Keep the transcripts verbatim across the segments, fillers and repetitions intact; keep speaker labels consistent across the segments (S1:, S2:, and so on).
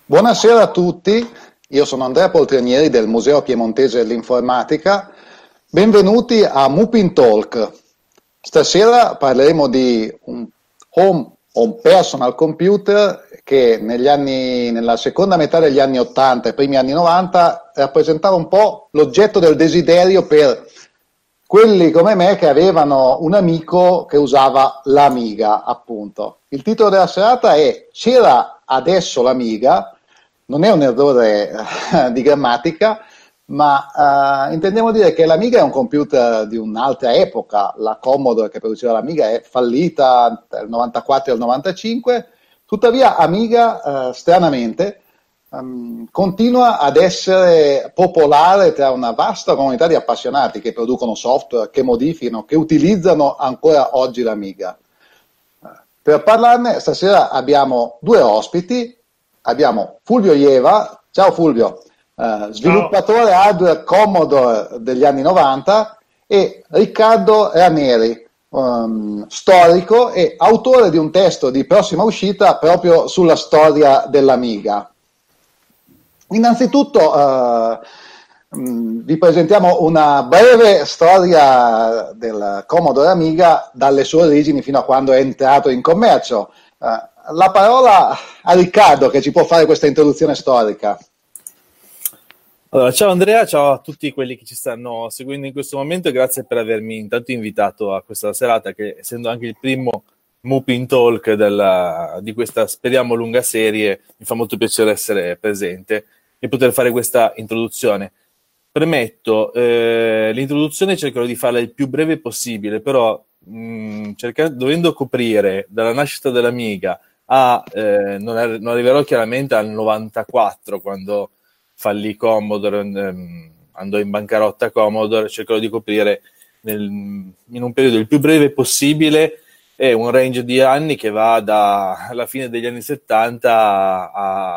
S1: Buonasera a tutti, io sono Andrea Poltrinieri del Museo Piemontese dell'Informatica. Benvenuti a Mupin Talk. Stasera parleremo di un home o un personal computer che negli anni, nella seconda metà degli anni ottanta e primi anni novanta rappresentava un po' l'oggetto del desiderio per quelli come me che avevano un amico che usava l'Amiga, appunto. Il titolo della serata è C'era adesso l'Amiga. Non è un errore eh, di grammatica, ma eh, intendiamo dire che l'Amiga è un computer di un'altra epoca. La Commodore che produceva l'Amiga è fallita tra il novantaquattro e il novantacinque, tuttavia Amiga, eh, stranamente, ehm, continua ad essere popolare tra una vasta comunità di appassionati che producono software, che modificano, che utilizzano ancora oggi l'Amiga. Per parlarne stasera abbiamo due ospiti. Abbiamo Fulvio Ieva. Ciao Fulvio, eh,
S2: Ciao.
S1: sviluppatore hardware Commodore degli anni novanta, e Riccardo Ranieri, ehm, storico e autore di un testo di prossima uscita proprio sulla storia dell'Amiga. Innanzitutto eh, mh, vi presentiamo una breve storia del Commodore Amiga dalle sue origini fino a quando è entrato in commercio. Eh, la parola a Riccardo che ci può fare questa introduzione storica.
S2: Allora, ciao Andrea, ciao a tutti quelli che ci stanno seguendo in questo momento e grazie per avermi intanto invitato a questa serata che, essendo anche il primo Mupin Talk della, di questa, speriamo, lunga serie, mi fa molto piacere essere presente e poter fare questa introduzione. Premetto, eh, l'introduzione cercherò di farla il più breve possibile, però mh, cerca- dovendo coprire dalla nascita dell'Amiga a, eh, non, ar- non arriverò chiaramente al novantaquattro, quando fallì Commodore, ehm, andò in bancarotta Commodore, cercherò di coprire nel, in un periodo il più breve possibile e un range di anni che va dalla fine degli anni settanta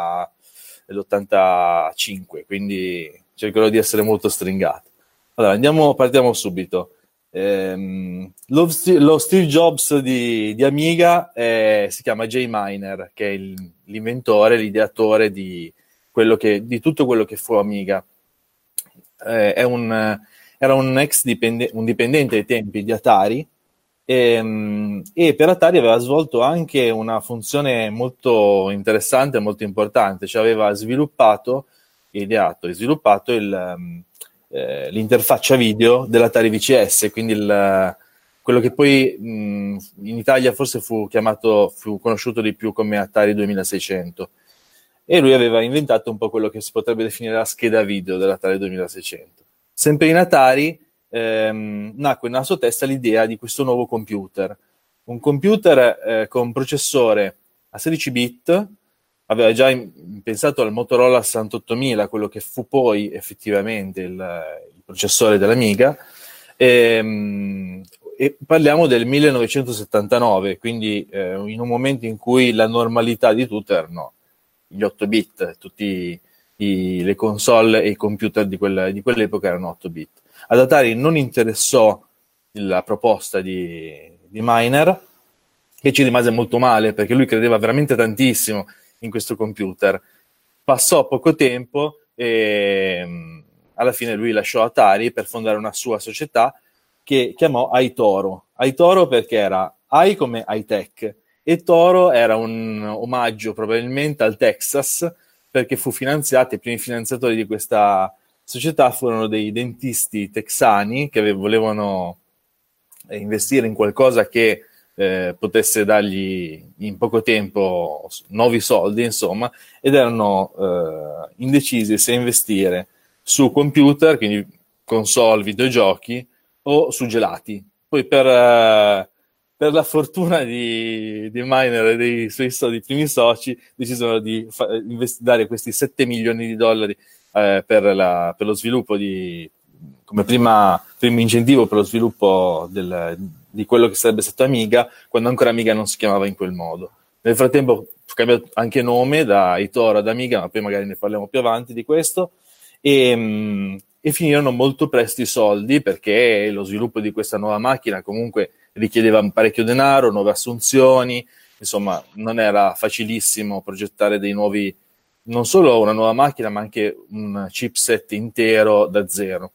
S2: all'ottantacinque, quindi cercherò di essere molto stringato. Allora, andiamo, partiamo subito. Ehm, lo, lo Steve Jobs di, di Amiga eh, si chiama Jay Miner, che è il, l'inventore, l'ideatore di, quello che, di tutto quello che fu Amiga. Eh, è un, era un ex dipende, un dipendente ai tempi di Atari e, e per Atari aveva svolto anche una funzione molto interessante e molto importante, cioè aveva sviluppato, ideato e sviluppato il, eh, l'interfaccia video dell'Atari V C S, quindi il, quello che poi mh, in Italia forse fu chiamato, fu conosciuto di più come Atari duemilaseicento. E lui aveva inventato un po' quello che si potrebbe definire la scheda video dell'Atari duemilaseicento. Sempre in Atari ehm, nacque nella sua testa l'idea di questo nuovo computer, un computer eh, con processore a sedici bit, aveva già in, pensato al Motorola sessantottomila, quello che fu poi effettivamente il, il processore dell'Amiga, e, e parliamo del millenovecentosettantanove, quindi eh, in un momento in cui la normalità di tutto erano gli otto bit, tutte le console e i computer di, quella, di quell'epoca erano otto bit. Ad Atari non interessò la proposta di, di Miner, che ci rimase molto male perché lui credeva veramente tantissimo in questo computer. Passò poco tempo e mh, alla fine lui lasciò Atari per fondare una sua società che chiamò iToro. iToro perché era i come high-tech e Toro era un omaggio probabilmente al Texas, perché fu finanziato, i primi finanziatori di questa società furono dei dentisti texani che volevano investire in qualcosa che eh, potesse dargli in poco tempo nuovi soldi, insomma, ed erano eh, indecisi se investire su computer, quindi console, videogiochi, o su gelati. Poi per, eh, per la fortuna di, di Miner e dei suoi so, di primi soci, decisero di fa- invest- dare questi sette milioni di dollari eh, per, la, per lo sviluppo di, come prima, primo incentivo per lo sviluppo del, di quello che sarebbe stato Amiga, quando ancora Amiga non si chiamava in quel modo. Nel frattempo fu cambiato anche nome da Itoro ad Amiga, ma poi magari ne parliamo più avanti di questo, e, mh, e finirono molto presto i soldi perché lo sviluppo di questa nuova macchina comunque richiedeva parecchio denaro, nuove assunzioni, insomma non era facilissimo progettare dei nuovi non solo una nuova macchina, ma anche un chipset intero da zero.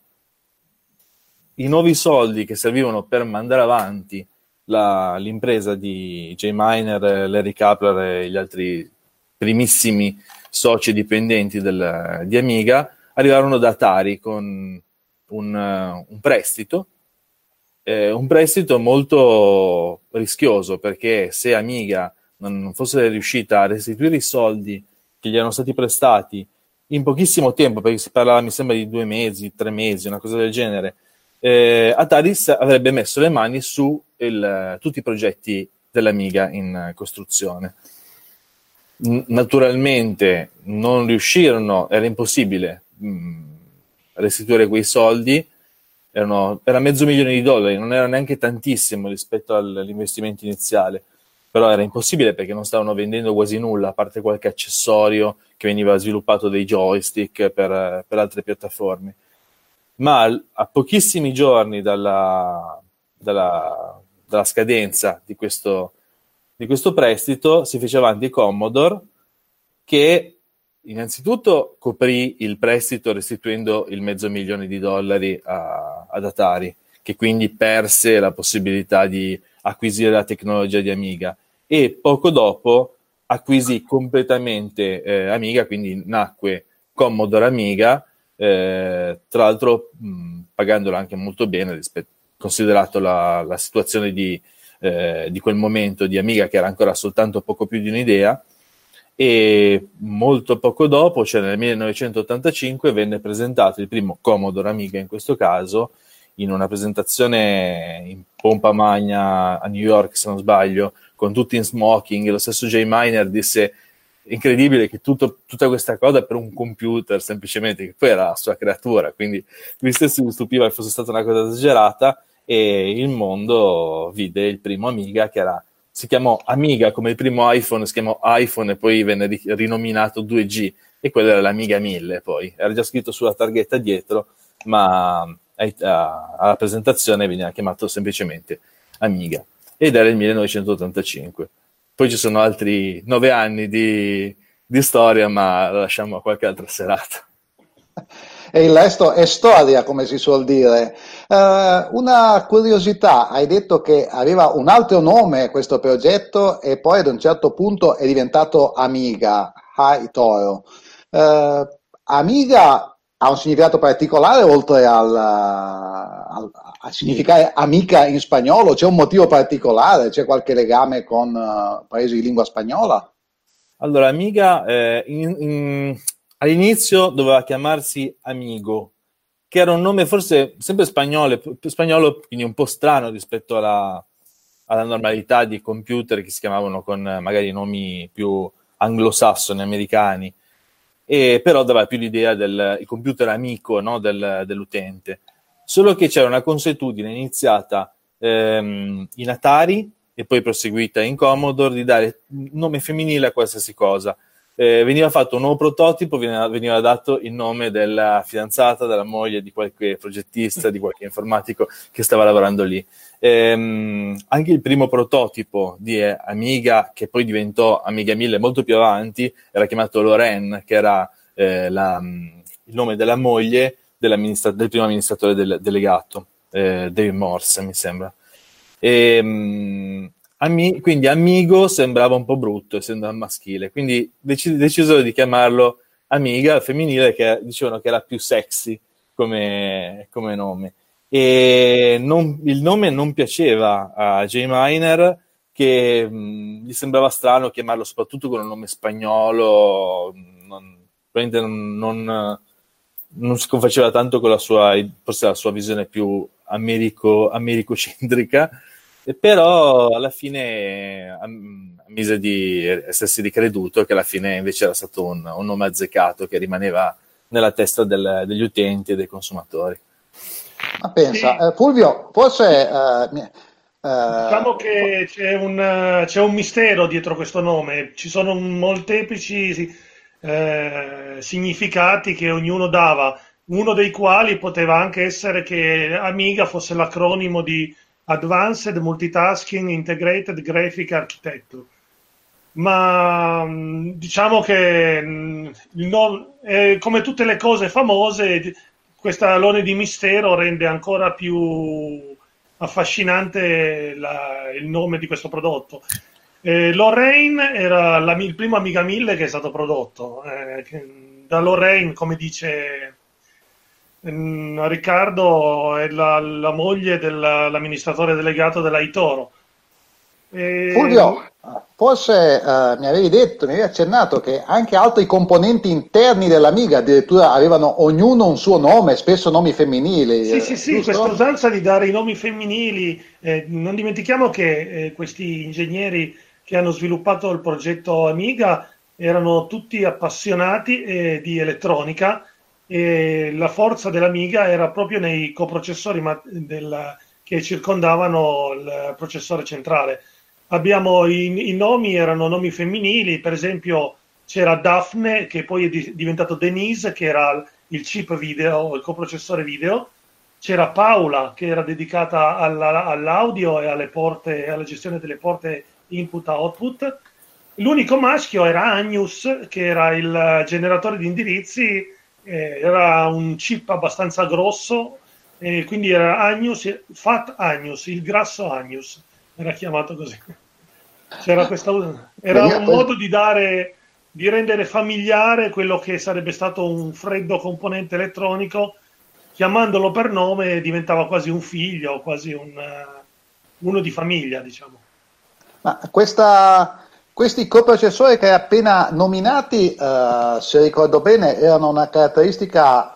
S2: I nuovi soldi che servivano per mandare avanti la, l'impresa di Jay Miner, Larry Kapler e gli altri primissimi soci dipendenti del, di Amiga arrivarono da Atari con un, un prestito, eh, un prestito molto rischioso, perché se Amiga non fosse riuscita a restituire i soldi che gli erano stati prestati in pochissimo tempo, perché si parlava mi sembra di due mesi, tre mesi, una cosa del genere, eh, Atari avrebbe messo le mani su il, tutti i progetti dell'Amiga in costruzione. N- naturalmente non riuscirono, era impossibile mh, restituire quei soldi, erano, era mezzo milione di dollari, non era neanche tantissimo rispetto all'investimento iniziale, però era impossibile perché non stavano vendendo quasi nulla, a parte qualche accessorio che veniva sviluppato dei joystick per, per altre piattaforme. Ma a pochissimi giorni dalla, dalla, dalla scadenza di questo, di questo prestito si fece avanti Commodore, che innanzitutto coprì il prestito restituendo il mezzo milione di dollari a, ad Atari, che quindi perse la possibilità di acquisire la tecnologia di Amiga, e poco dopo acquisì completamente eh, Amiga, quindi nacque Commodore Amiga, eh, tra l'altro mh, pagandola anche molto bene, rispetto, considerato la, la situazione di, eh, di quel momento di Amiga, che era ancora soltanto poco più di un'idea. E molto poco dopo, cioè nel millenovecentottantacinque, venne presentato il primo Commodore Amiga, in questo caso in una presentazione in pompa magna a New York, se non sbaglio, con tutti in smoking. Lo stesso Jay Miner disse: incredibile che tutto, tutta questa cosa per un computer, semplicemente, che poi era la sua creatura, quindi lui stesso si stupiva che fosse stata una cosa esagerata, e il mondo vide il primo Amiga, che era, si chiamò Amiga come il primo iPhone, si chiamò iPhone e poi venne rinominato due G, e quello era l'Amiga mille. Poi era già scritto sulla targhetta dietro, ma alla presentazione veniva chiamato semplicemente Amiga, ed era il millenovecentottantacinque. Poi ci sono altri nove anni di, di storia, ma la lasciamo a qualche altra serata.
S1: E il resto è storia, come si suol dire. Uh, una curiosità: hai detto che aveva un altro nome questo progetto e poi ad un certo punto è diventato Amiga, High Toro. Uh, Amiga ha un significato particolare, oltre al, al, a significare amica in spagnolo? C'è un motivo particolare? C'è qualche legame con uh, paesi di lingua spagnola?
S2: Allora, Amiga eh, in, in, all'inizio doveva chiamarsi Amigo, che era un nome forse sempre spagnolo, spagnolo quindi un po' strano rispetto alla, alla normalità di computer che si chiamavano con magari nomi più anglosassoni, americani. E però dava più l'idea del il computer amico, no, del, dell'utente. Solo che c'era una consuetudine iniziata ehm, in Atari e poi proseguita in Commodore di dare nome femminile a qualsiasi cosa. Eh, veniva fatto un nuovo prototipo, veniva, veniva dato il nome della fidanzata, della moglie, di qualche progettista, di qualche informatico che stava lavorando lì. Ehm, anche il primo prototipo di Amiga, che poi diventò Amiga mille molto più avanti, era chiamato Lorraine, che era eh, la, il nome della moglie del primo amministratore del, delegato, eh, David Morse, mi sembra. E, um, ami, quindi Amigo sembrava un po' brutto, essendo maschile, quindi dec- decisero di chiamarlo Amiga, femminile, che dicevano che era più sexy come, come nome. E non, il nome non piaceva a Jay Miner, che mh, gli sembrava strano chiamarlo soprattutto con un nome spagnolo, non, probabilmente non, non, non si confaceva tanto con la sua, forse la sua visione più americo, americocentrica, e però alla fine ammise di essersi ricreduto che alla fine invece era stato un, un nome azzeccato che rimaneva nella testa del, degli utenti e dei consumatori.
S1: Ma pensa, eh, Fulvio, forse eh, eh,
S3: diciamo che c'è un, c'è un mistero dietro questo nome, ci sono molteplici eh, significati che ognuno dava, uno dei quali poteva anche essere che Amiga fosse l'acronimo di Advanced Multitasking Integrated Graphic Architecture, ma mh, diciamo che mh, non- eh, come tutte le cose famose, questo alone di mistero rende ancora più affascinante la- il nome di questo prodotto. Eh, Lorraine era la- il primo Amiga mille che è stato prodotto. Eh, che- da Lorraine, come dice mm, Riccardo, è la, la moglie dell'amministratore delegato della Itoro.
S1: Fulvio,
S3: E,
S1: forse eh, mi avevi detto, mi avevi accennato che anche altri componenti interni dell'Amiga addirittura avevano ognuno un suo nome, spesso nomi femminili,
S3: Sì, sì,
S1: eh,
S3: sì, questa
S1: giusto?
S3: usanza di dare i nomi femminili, eh, non dimentichiamo che eh, questi ingegneri che hanno sviluppato il progetto Amiga erano tutti appassionati eh, di elettronica e la forza dell'Amiga era proprio nei coprocessori ma- del- che circondavano il processore centrale. Abbiamo i, i nomi erano nomi femminili, per esempio c'era Daphne che poi è di- diventato Denise che era il chip video, il coprocessore video. C'era Paula che era dedicata alla- all'audio e alle porte, alla gestione delle porte input-output. L'unico maschio era Agnus, che era il generatore di indirizzi, eh, era un chip abbastanza grosso, e quindi era Agnus, Fat Agnus, il grasso Agnus, era chiamato così. C'era questa, era
S1: Veniva
S3: un
S1: poi-
S3: modo di dare, di rendere familiare quello che sarebbe stato un freddo componente elettronico, chiamandolo per nome diventava quasi un figlio, quasi un, eh, uno di famiglia, diciamo.
S1: Ma questa- questi coprocessori che hai appena nominati, eh, se ricordo bene, erano una caratteristica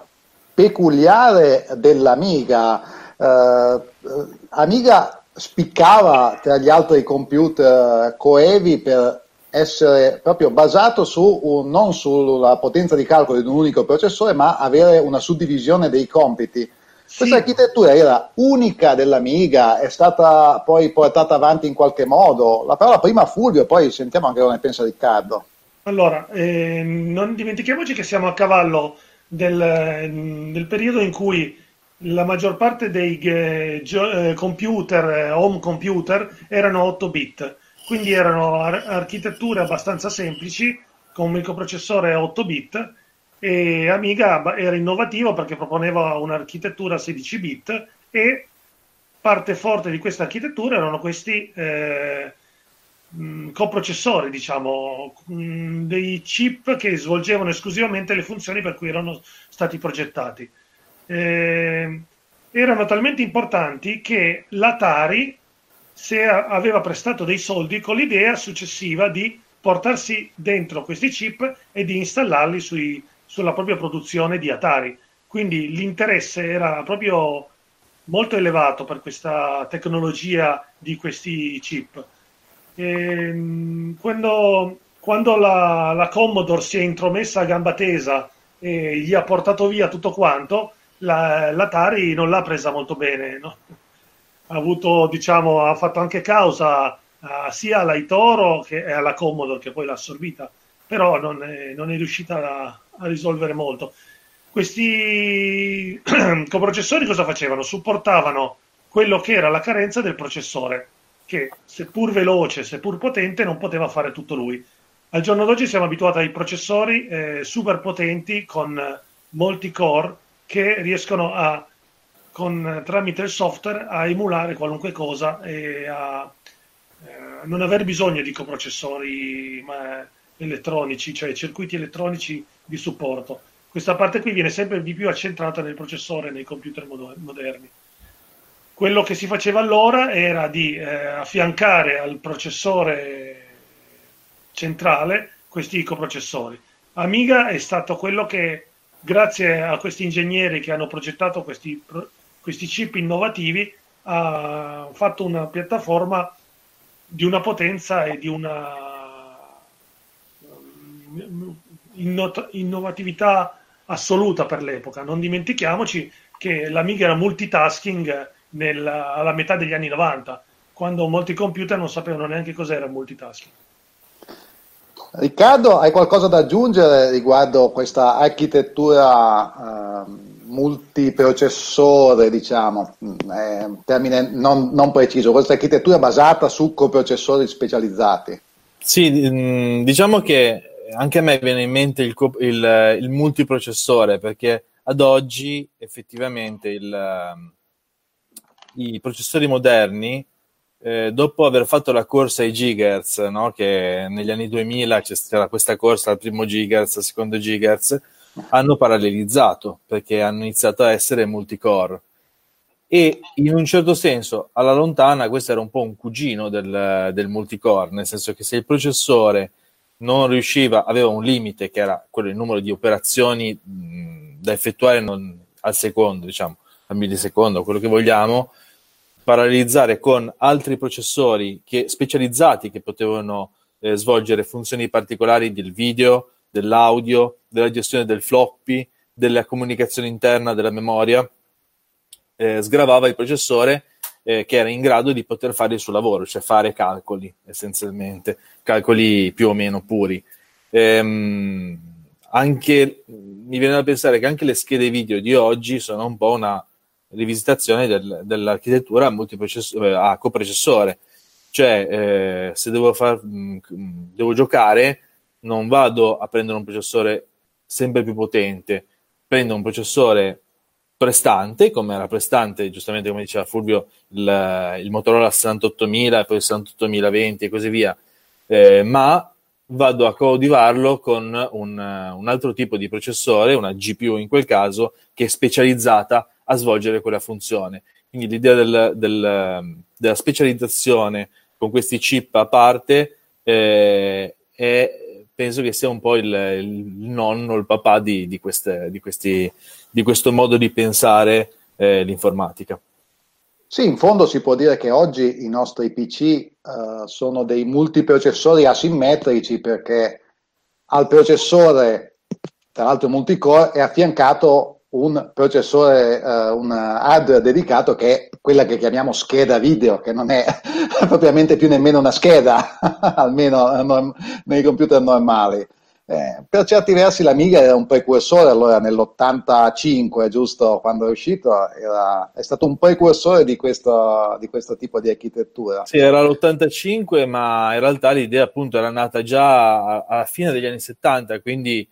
S1: peculiare dell'Amiga. Eh, eh, Amiga spiccava tra gli altri computer coevi per essere proprio basato su un- non sulla potenza di calcolo di un unico processore, ma avere una suddivisione dei compiti. Questa
S3: Sì,
S1: architettura era unica dell'Amiga, è stata poi portata avanti in qualche modo. La parola prima a Fulvio, poi sentiamo anche cosa ne pensa Riccardo.
S3: allora, eh, non dimentichiamoci che siamo a cavallo del, del periodo in cui la maggior parte dei eh, gio- eh, computer, eh, home computer, erano otto bit, quindi erano ar- architetture abbastanza semplici, con un microprocessore otto bit, e Amiga ba- era innovativo perché proponeva un'architettura sedici bit e parte forte di questa architettura erano questi eh, mh, coprocessori, diciamo, mh, dei chip che svolgevano esclusivamente le funzioni per cui erano stati progettati. Eh, erano talmente importanti che l'Atari se aveva prestato dei soldi con l'idea successiva di portarsi dentro questi chip e di installarli sui, sulla propria produzione di Atari. Quindi l'interesse era proprio molto elevato per questa tecnologia di questi chip. E, quando quando la, la, Commodore si è intromessa a gamba tesa e gli ha portato via tutto quanto, la, l'Atari non l'ha presa molto bene, no? Ha avuto, diciamo, ha fatto anche causa uh, sia alla Itoro che alla Commodore che poi l'ha assorbita, però non è, non è riuscita a, a risolvere molto. Questi coprocessori cosa facevano? Supportavano quello che era la carenza del processore, che seppur veloce, seppur potente, non poteva fare tutto lui. Al giorno d'oggi siamo abituati ai processori eh, super potenti con molti core che riescono a, con, tramite il software, a emulare qualunque cosa e a eh, non aver bisogno di coprocessori ma, elettronici, cioè circuiti elettronici di supporto. Questa parte qui viene sempre di più accentrata nel processore nei computer moderni. Quello che si faceva allora era di eh, affiancare al processore centrale questi coprocessori. Amiga è stato quello che, grazie a questi ingegneri che hanno progettato questi, questi chip innovativi, ha fatto una piattaforma di una potenza e di una innovatività assoluta per l'epoca. Non dimentichiamoci che l'Amiga era multitasking nella, alla metà degli anni novanta, quando molti computer non sapevano neanche cos'era il multitasking.
S1: Riccardo, hai qualcosa da aggiungere riguardo questa architettura eh, multiprocessore, diciamo, è un termine non, non preciso, questa architettura basata su coprocessori specializzati?
S2: Sì, mh, diciamo che anche a me viene in mente il, co- il- il multiprocessore, perché ad oggi effettivamente il, ehm, i processori moderni, eh, dopo aver fatto la corsa ai gigahertz, no? Che negli anni duemila c'è stata questa corsa al primo gigahertz, al secondo gigahertz, hanno parallelizzato, perché hanno iniziato a essere multicore. E in un certo senso, alla lontana, questo era un po' un cugino del, del multicore, nel senso che se il processore non riusciva, aveva un limite che era quello del numero di operazioni mh, da effettuare non, al secondo, diciamo, al millisecondo, quello che vogliamo, parallelizzare con altri processori che, specializzati che potevano eh, svolgere funzioni particolari del video, dell'audio, della gestione del floppy, della comunicazione interna della memoria, eh, sgravava il processore eh, che era in grado di poter fare il suo lavoro, cioè fare calcoli essenzialmente, calcoli più o meno puri. Ehm, anche, mi viene da pensare che anche le schede video di oggi sono un po' una rivisitazione del, dell'architettura multiprocessore, a coprocessore, cioè eh, se devo, far, mh, devo giocare non vado a prendere un processore sempre più potente, prendo un processore prestante, come era prestante, giustamente come diceva Fulvio, il, il Motorola sessantottomila e poi il sessantottomilaventi e così via, eh, ma vado a coadiuvarlo con un, un altro tipo di processore, una G P U in quel caso, che è specializzata a svolgere quella funzione. Quindi l'idea del, del, della specializzazione con questi chip a parte eh, è, penso che sia un po' il, il nonno, il papà di, di, queste, di, questi, di questo modo di pensare eh, l'informatica.
S1: Sì, in fondo si può dire che oggi i nostri P C uh, sono dei multiprocessori asimmetrici, perché al processore, tra l'altro multicore, è affiancato un processore, uh, un hardware dedicato, che è quella che chiamiamo scheda video, che non è propriamente più nemmeno una scheda, almeno norm- nei computer normali. Eh, per certi versi l'Amiga era un precursore, allora nell'ottantacinque, giusto, quando è uscito, era, è stato un precursore di questo, di questo tipo di architettura.
S2: Sì, era l'ottantacinque, ma in realtà l'idea appunto era nata già alla fine degli anni settanta, quindi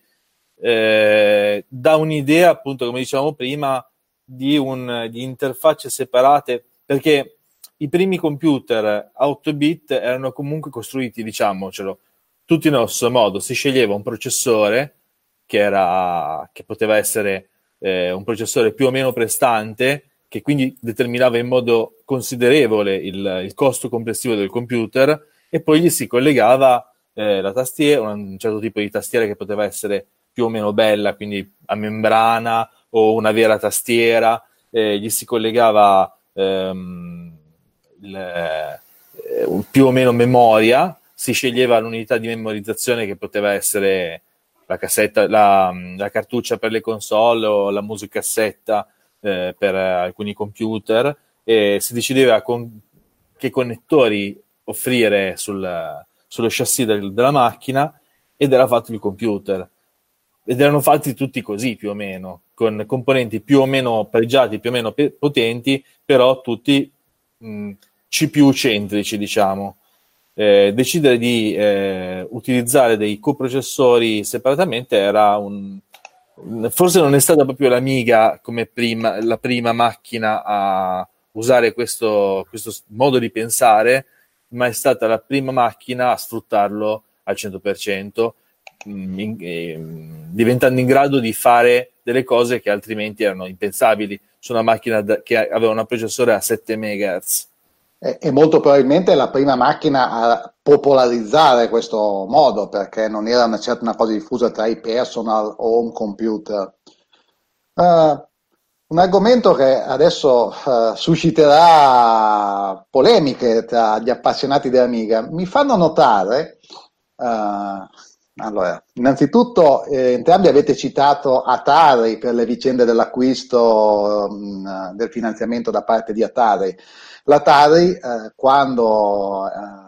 S2: eh, da un'idea appunto, come dicevamo prima, di, un, di interfacce separate, perché i primi computer a otto bit erano comunque costruiti, diciamocelo, tutti nello stesso modo. Si sceglieva un processore che, era, che poteva essere eh, un processore più o meno prestante, che quindi determinava in modo considerevole il, il costo complessivo del computer, e poi gli si collegava eh, la tastiera, un certo tipo di tastiera che poteva essere più o meno bella, quindi a membrana o una vera tastiera, eh, gli si collegava ehm, il, eh, più o meno memoria, si sceglieva l'unità di memorizzazione che poteva essere la cassetta, la, la cartuccia per le console o la musicassetta eh, per alcuni computer, e si decideva con che connettori offrire sul, sullo chassis del, della macchina, ed era fatto il computer. Ed erano fatti tutti così più o meno, con componenti più o meno pregiati, più o meno pe- potenti, però tutti mh, C P U centrici, diciamo. Eh, decidere di eh, utilizzare dei coprocessori separatamente era un... Forse non è stata proprio l'Amiga come prima, la prima macchina a usare questo, questo modo di pensare, ma è stata la prima macchina a sfruttarlo al cento per cento, in, eh, diventando in grado di fare delle cose che altrimenti erano impensabili su una macchina da, che aveva un processore a sette megahertz.
S1: E, e molto probabilmente è la prima macchina a popolarizzare questo modo, perché non era una certa una cosa diffusa tra i personal home computer. Uh, un argomento che adesso uh, susciterà polemiche tra gli appassionati dell'Amiga. Mi fanno notare, uh, allora, innanzitutto eh, entrambi avete citato Atari per le vicende dell'acquisto, um, del finanziamento da parte di Atari. L'Atari, eh, quando eh,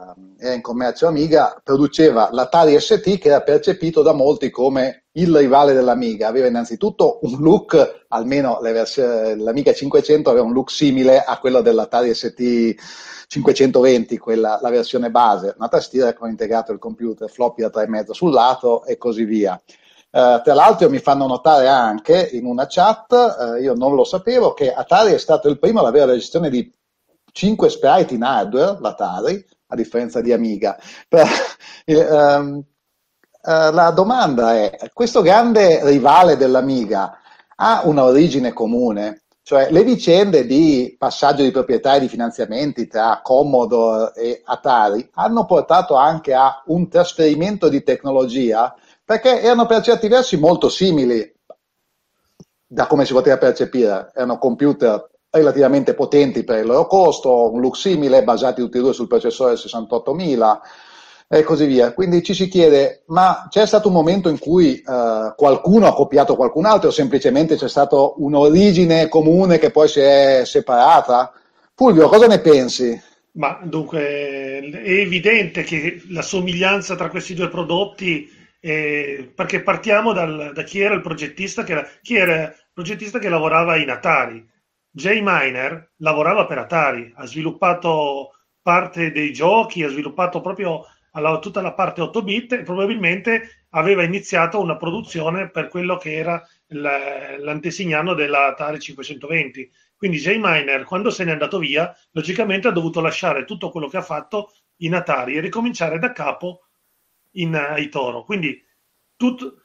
S1: era in commercio Amiga, produceva l'Atari S T, che era percepito da molti come il rivale dell'Amiga. Aveva innanzitutto un look, almeno le vers- l'Amiga cinquecento aveva un look simile a quello dell'Atari S T cinquecentoventi, quella, la versione base, una tastiera con integrato il computer, floppy da tre e mezzo sul lato e così via. Uh, tra l'altro mi fanno notare anche in una chat, uh, io non lo sapevo, che Atari è stato il primo ad avere la gestione di cinque sprite in hardware, l'Atari, a differenza di Amiga. Però, um, uh, la domanda è, questo grande rivale dell'Amiga ha una origine comune? Cioè le vicende di passaggio di proprietà e di finanziamenti tra Commodore e Atari hanno portato anche a un trasferimento di tecnologia, perché erano per certi versi molto simili da come si poteva percepire. Erano computer relativamente potenti per il loro costo, un look simile, basati tutti e due sul processore sessantottomila e così via. Quindi ci si chiede, ma c'è stato un momento in cui eh, qualcuno ha copiato qualcun altro o semplicemente c'è stata un'origine comune che poi si è separata? Fulvio, cosa ne pensi?
S3: Ma dunque è evidente che la somiglianza tra questi due prodotti, eh, perché partiamo dal- da chi era il progettista che, era- chi era il progettista che lavorava in Atari. Jay Miner lavorava per Atari, ha sviluppato parte dei giochi, ha sviluppato proprio alla- tutta la parte otto bit e probabilmente aveva iniziato una produzione per quello che era l- l'antesignano della Atari cinquecentoventi. Quindi Jay Miner, quando se n'è andato via, logicamente ha dovuto lasciare tutto quello che ha fatto in Atari e ricominciare da capo in uh, Toro. Quindi tutto,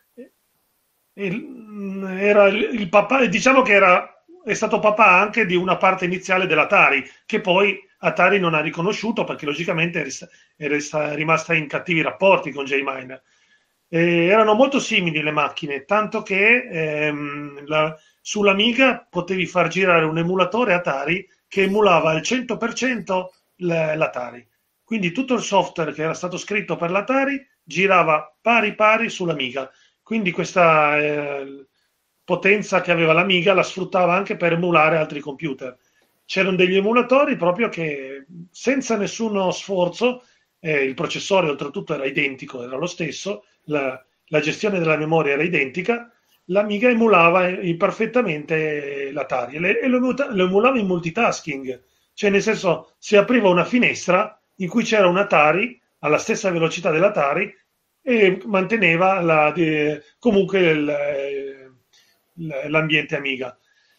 S3: il, era il, il papà, diciamo che era, è stato papà anche di una parte iniziale dell'Atari, che poi Atari non ha riconosciuto perché logicamente è, resta, è rimasta in cattivi rapporti con Jay Miner. Eh, erano molto simili le macchine, tanto che ehm, la, sull'Amiga potevi far girare un emulatore Atari che emulava al cento per cento l'Atari. Quindi tutto il software che era stato scritto per l'Atari girava pari pari sull'Amiga. Quindi questa eh, potenza che aveva l'Amiga la sfruttava anche per emulare altri computer. C'erano degli emulatori proprio che senza nessuno sforzo, eh, il processore oltretutto era identico, era lo stesso, la, la gestione della memoria era identica, l'Amiga emulava perfettamente l'Atari e lo, lo emulava in multitasking, cioè nel senso si apriva una finestra in cui c'era un Atari alla stessa velocità dell'Atari e manteneva la, de, comunque il, l'ambiente Amiga.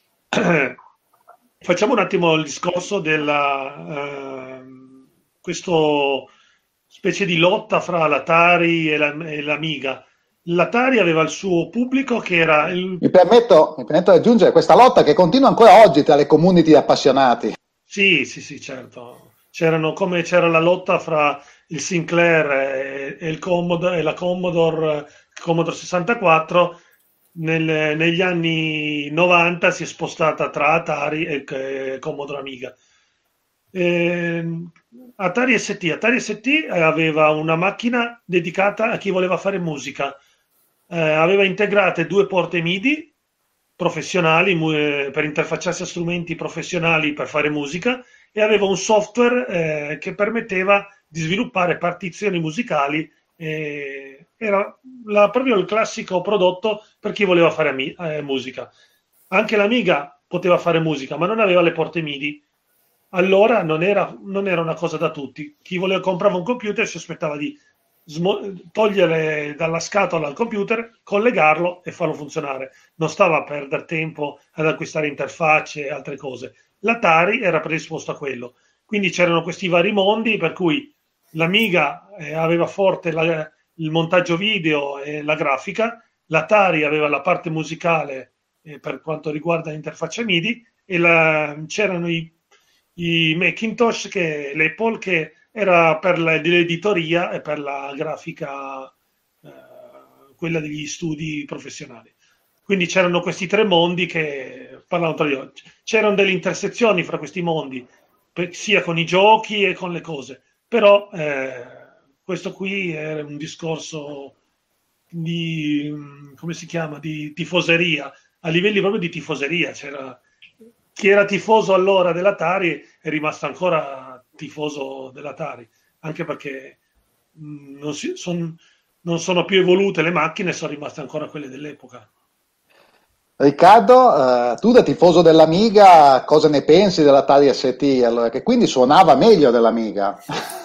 S3: Facciamo un attimo il discorso della uh, questo specie di lotta fra l'Atari e, la, e l'Amiga. L'Atari aveva il suo pubblico che era il...
S1: Mi permetto, mi permetto di aggiungere questa lotta che continua ancora oggi tra le community appassionati.
S3: Sì, sì, sì, certo. C'erano come c'era la lotta fra il Sinclair e, e, il Commodore, e la Commodore, Commodore sessantaquattro. Nel, negli anni novanta si è spostata tra Atari e, e Commodore Amiga. Eh, Atari S T. Atari S T aveva una macchina dedicata a chi voleva fare musica. Eh, aveva integrate due porte MIDI professionali eh, per interfacciarsi a strumenti professionali per fare musica e aveva un software eh, che permetteva di sviluppare partizioni musicali. Eh, era la, proprio il classico prodotto per chi voleva fare ami- eh, musica. Anche l'Amiga poteva fare musica, ma non aveva le porte MIDI. Allora non era, non era una cosa da tutti. Chi voleva comprare un computer si aspettava di smo- togliere dalla scatola il computer, collegarlo e farlo funzionare. Non stava a perdere tempo ad acquistare interfacce e altre cose. L'Atari era predisposto a quello. Quindi c'erano questi vari mondi per cui l'Amiga eh, aveva forte la, il montaggio video e la grafica, l'Atari aveva la parte musicale eh, per quanto riguarda l'interfaccia MIDI e la, c'erano i i Macintosh che l'Apple che era per l'editoria e per la grafica eh, quella degli studi professionali. Quindi c'erano questi tre mondi che parlavano tra di loro. C'erano delle intersezioni fra questi mondi sia con i giochi e con le cose, però eh, questo qui è un discorso di come si chiama di tifoseria a livelli proprio di tifoseria. C'era chi era tifoso allora dell'Atari è rimasto ancora tifoso dell'Atari. anche perché mh, non, si, son, non sono più evolute le macchine, sono rimaste ancora quelle dell'epoca.
S1: Riccardo, eh, tu da tifoso dell'Amiga, cosa ne pensi dell'Atari S T? Allora, che quindi suonava meglio dell'Amiga.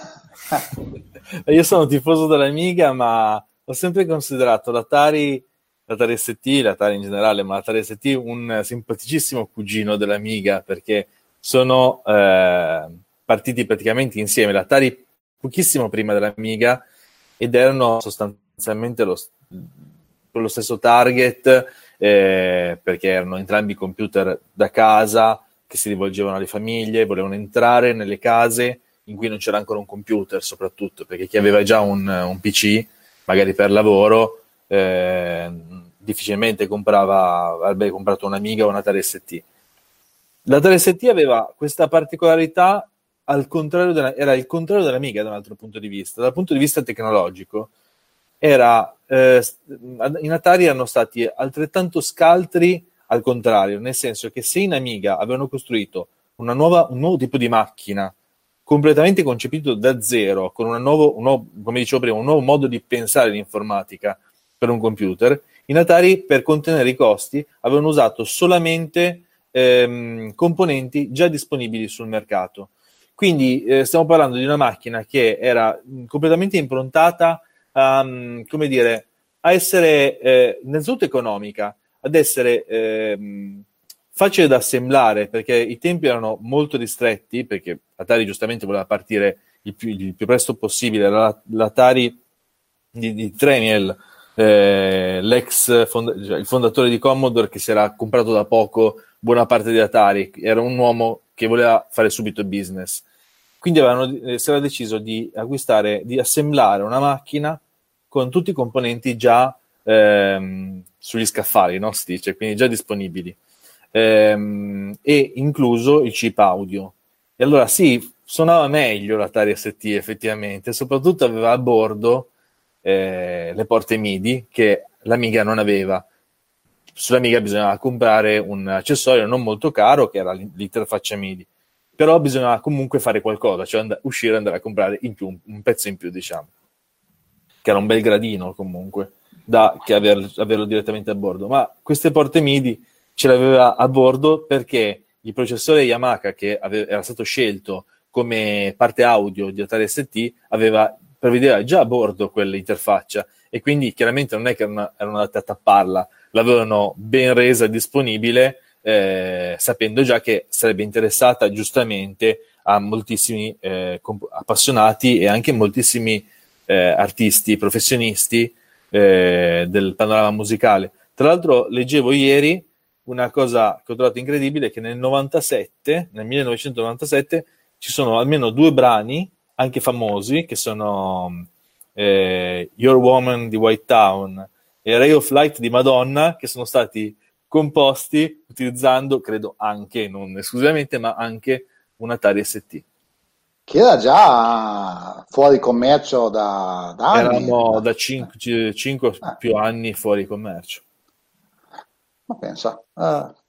S2: Io sono tifoso dell'Amiga, ma ho sempre considerato l'Atari, l'Atari S T, l'Atari in generale, ma l'Atari S T un simpaticissimo cugino dell'Amiga, perché sono eh, partiti praticamente insieme. L'Atari pochissimo prima dell'Amiga ed erano sostanzialmente lo, lo stesso target, eh, perché erano entrambi computer da casa che si rivolgevano alle famiglie, volevano entrare nelle case in cui non c'era ancora un computer, soprattutto perché chi aveva già un, un P C, magari per lavoro, eh, difficilmente comprava, avrebbe comprato un Amiga o un Atari S T. L'Atari S T aveva questa particolarità, al contrario della, era il contrario dell'Amiga da un altro punto di vista. Dal punto di vista tecnologico, era, eh, in Atari erano stati altrettanto scaltri al contrario, nel senso che se in Amiga avevano costruito una nuova, un nuovo tipo di macchina, completamente concepito da zero, con una nuovo, un nuovo, come dicevo prima, un nuovo modo di pensare l'informatica per un computer, in Atari, per contenere i costi, avevano usato solamente ehm, componenti già disponibili sul mercato. Quindi eh, stiamo parlando di una macchina che era completamente improntata a, come dire, a essere eh, innanzitutto economica, ad essere ehm, facile da assemblare, perché i tempi erano molto ristretti, perché Atari giustamente voleva partire il più, il più presto possibile. L'Atari di, di Tramiel, eh, l'ex fonda- cioè il fondatore di Commodore, che si era comprato da poco buona parte di Atari, era un uomo che voleva fare subito business. Quindi avevano, eh, si era deciso di acquistare, di assemblare una macchina con tutti i componenti già ehm, sugli scaffali, no? Si dice, quindi già disponibili. Ehm, e incluso il chip audio. E allora sì, suonava meglio l'Atari S T effettivamente, soprattutto aveva a bordo eh, le porte MIDI che l'Amiga non aveva. Sull'Amiga bisognava comprare un accessorio non molto caro, che era l'interfaccia MIDI, però bisognava comunque fare qualcosa, cioè and- uscire e andare a comprare in più, un, un pezzo in più, diciamo, che era un bel gradino comunque da che aver, averlo direttamente a bordo. Ma queste porte MIDI ce l'aveva a bordo perché il processore Yamaha, che aveva, era stato scelto come parte audio di Atari S T, aveva, prevedeva già a bordo quell'interfaccia, e quindi chiaramente non è che erano, erano andati a tapparla, l'avevano ben resa disponibile, eh, sapendo già che sarebbe interessata giustamente a moltissimi eh, comp- appassionati e anche moltissimi eh, artisti, professionisti eh, del panorama musicale. Tra l'altro leggevo ieri una cosa che ho trovato incredibile, che nel novantasette, nel millenovecentonovantasette, ci sono almeno due brani, anche famosi, che sono eh, Your Woman di White Town e Ray of Light di Madonna, che sono stati composti utilizzando, credo anche, non esclusivamente, ma anche un Atari S T.
S1: Che era già fuori commercio da, da anni.
S2: Eravamo da cinque
S1: eh.
S2: più anni fuori commercio.
S1: Ma pensa, uh,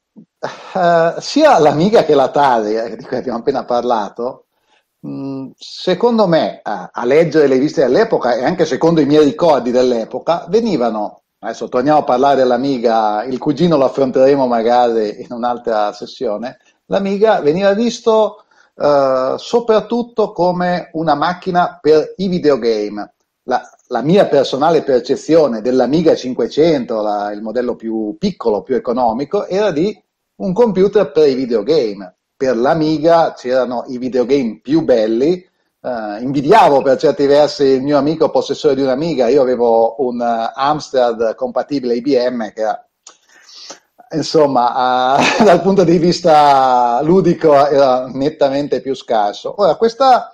S1: uh, sia l'Amiga che l'Atari, eh, di cui abbiamo appena parlato, mh, secondo me, uh, a leggere le riviste dell'epoca e anche secondo i miei ricordi dell'epoca, venivano, adesso torniamo a parlare dell'Amiga, il cugino lo affronteremo magari in un'altra sessione, l'Amiga veniva visto uh, soprattutto come una macchina per i videogame. La, la mia personale percezione dell'Amiga cinquecento, la, il modello più piccolo, più economico, era di un computer per i videogame. Per l'Amiga c'erano i videogame più belli, eh, invidiavo per certi versi il mio amico possessore di un'Amiga. Io avevo un uh, Amstrad compatibile I B M che era, insomma, uh, dal punto di vista ludico era nettamente più scarso. Ora, questa...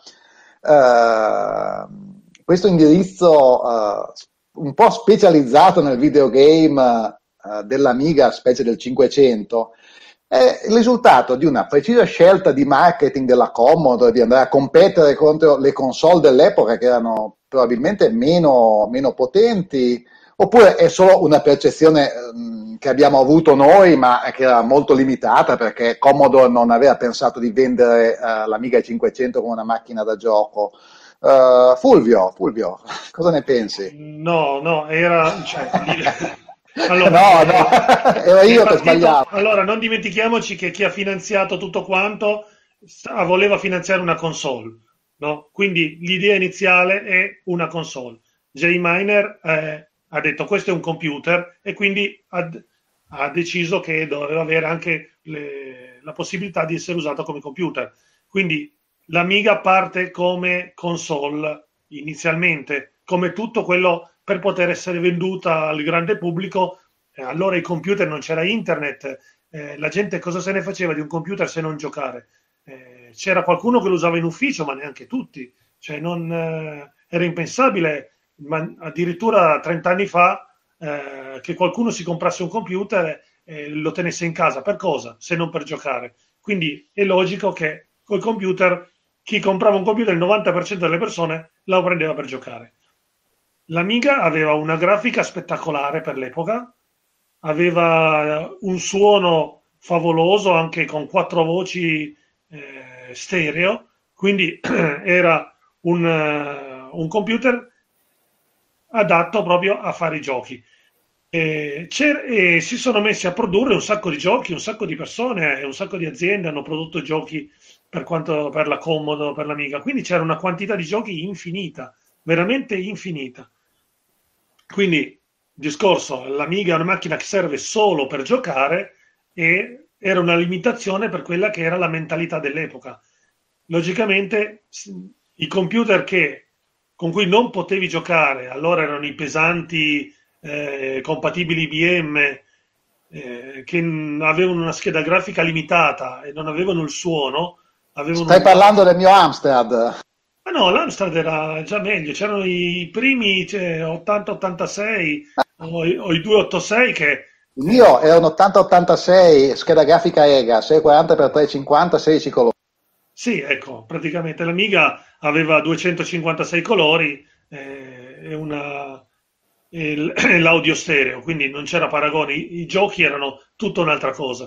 S1: Uh, questo indirizzo uh, un po' specializzato nel videogame uh, dell'Amiga, specie del cinquecento, è il risultato di una precisa scelta di marketing della Commodore di andare a competere contro le console dell'epoca, che erano probabilmente meno, meno potenti, oppure è solo una percezione um, che abbiamo avuto noi, ma che era molto limitata, perché Commodore non aveva pensato di vendere uh, l'Amiga cinquecento come una macchina da gioco. Uh, Fulvio, Fulvio, cosa ne pensi?
S3: No, no, era... Cioè,
S1: allora, no, no, ero io che sbagliavo.
S3: Allora, non dimentichiamoci che chi ha finanziato tutto quanto voleva finanziare una console, no? Quindi l'idea iniziale è una console. Jay Miner eh, ha detto questo è un computer e quindi ha, ha deciso che doveva avere anche le, la possibilità di essere usato come computer. Quindi l'Amiga parte come console inizialmente, come tutto quello per poter essere venduta al grande pubblico. Eh, allora i computer, non c'era internet, eh, la gente cosa se ne faceva di un computer se non giocare? Eh, c'era qualcuno che lo usava in ufficio, ma neanche tutti. Cioè non, eh, era impensabile, ma addirittura trent'anni fa, eh, che qualcuno si comprasse un computer e lo tenesse in casa. Per cosa? Se non per giocare. Quindi è logico che col computer, chi comprava un computer, il novanta per cento delle persone lo prendeva per giocare. L'Amiga aveva una grafica spettacolare per l'epoca, aveva un suono favoloso anche con quattro voci eh, stereo, quindi era un, uh, un computer adatto proprio a fare i giochi. E, e si sono messi a produrre un sacco di giochi, un sacco di persone e un sacco di aziende hanno prodotto giochi per, quanto, per la Commodore, per l'Amiga, quindi c'era una quantità di giochi infinita, veramente infinita. Quindi discorso, l'Amiga è una macchina che serve solo per giocare e era una limitazione per quella che era la mentalità dell'epoca. Logicamente i computer che, con cui non potevi giocare, allora erano i pesanti eh, compatibili I B M eh, che avevano una scheda grafica limitata e non avevano il suono. Avevano
S1: Stai
S3: un...
S1: parlando del mio Amstrad?
S3: Ma no, l'Amstrad era già meglio, c'erano i primi cioè, ottanta ottantasei o, i- o i duecentoottantasei che...
S1: Il mio era un ottanta ottantasei, scheda grafica EGA, seicentoquaranta per trecentocinquanta, sedici colori.
S3: Sì, ecco, praticamente l'Amiga aveva duecentocinquantasei colori eh, e, una, e l- e l'audio stereo, quindi non c'era paragone, i, i giochi erano tutta un'altra cosa.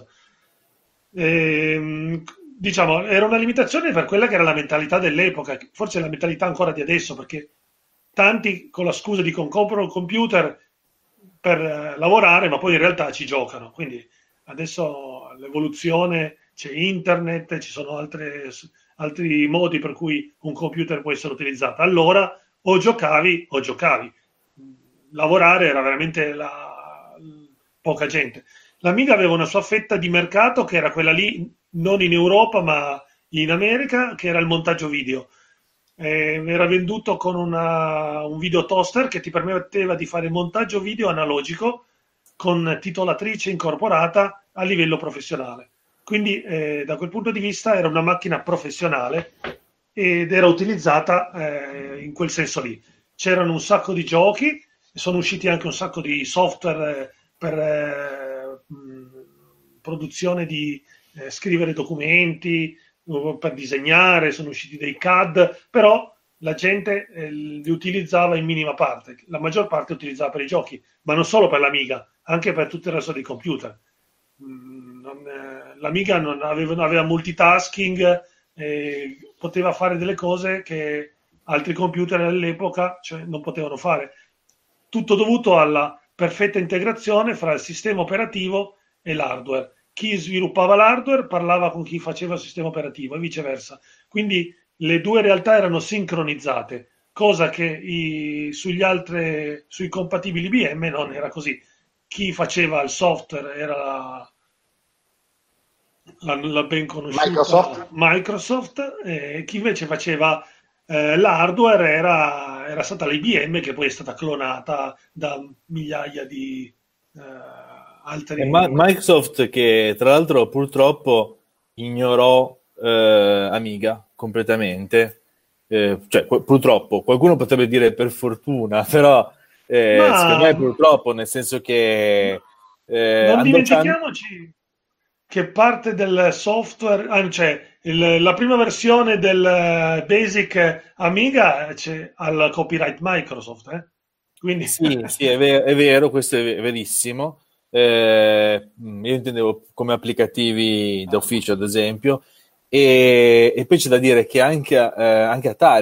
S3: Ehm, diciamo, era una limitazione per quella che era la mentalità dell'epoca, forse la mentalità ancora di adesso, perché tanti con la scusa di con compro il computer per eh, lavorare, ma poi in realtà ci giocano. Quindi adesso l'evoluzione, c'è internet, ci sono altre, altri modi per cui un computer può essere utilizzato. Allora o giocavi o giocavi. Lavorare era veramente la, poca gente. L'Amiga aveva una sua fetta di mercato che era quella lì, non in Europa ma in America, che era il montaggio video. Eh, era venduto con una, un video toaster che ti permetteva di fare montaggio video analogico con titolatrice incorporata a livello professionale. Quindi eh, da quel punto di vista era una macchina professionale ed era utilizzata eh, in quel senso lì. C'erano un sacco di giochi, sono usciti anche un sacco di software eh, per eh, mh, produzione di eh, scrivere documenti, per disegnare, sono usciti dei C A D, però la gente eh, li utilizzava in minima parte, la maggior parte utilizzava per i giochi, ma non solo per l'Amiga, anche per tutto il resto dei computer. Mm, non, eh, L'Amiga non aveva, aveva multitasking, eh, poteva fare delle cose che altri computer all'epoca cioè, non potevano fare. Tutto dovuto alla perfetta integrazione fra il sistema operativo e l'hardware. Chi sviluppava l'hardware parlava con chi faceva il sistema operativo e viceversa. Quindi le due realtà erano sincronizzate, cosa che i, sugli altri, sui compatibili I B M non era così. Chi faceva il software era la, la, la ben conosciuta
S1: Microsoft,
S3: Microsoft e chi invece faceva eh, l'hardware era, era stata l'I B M che poi è stata clonata da migliaia di eh, altri...
S2: E Ma- Microsoft che tra l'altro purtroppo ignorò eh, Amiga completamente, eh, cioè qu- purtroppo, qualcuno potrebbe dire per fortuna, però eh, secondo me
S3: Ma
S2: purtroppo, nel senso che eh,
S3: non
S2: andò can-
S3: dimentichiamoci che parte del software, ah, cioè il- la prima versione del eh, Basic Amiga c'è al copyright Microsoft, eh? Quindi
S2: Sì, sì, è, ve- è vero, questo è ve- verissimo. Eh, io intendevo come applicativi d'ufficio, ad esempio, e, e poi c'è da dire che anche, eh, anche Atari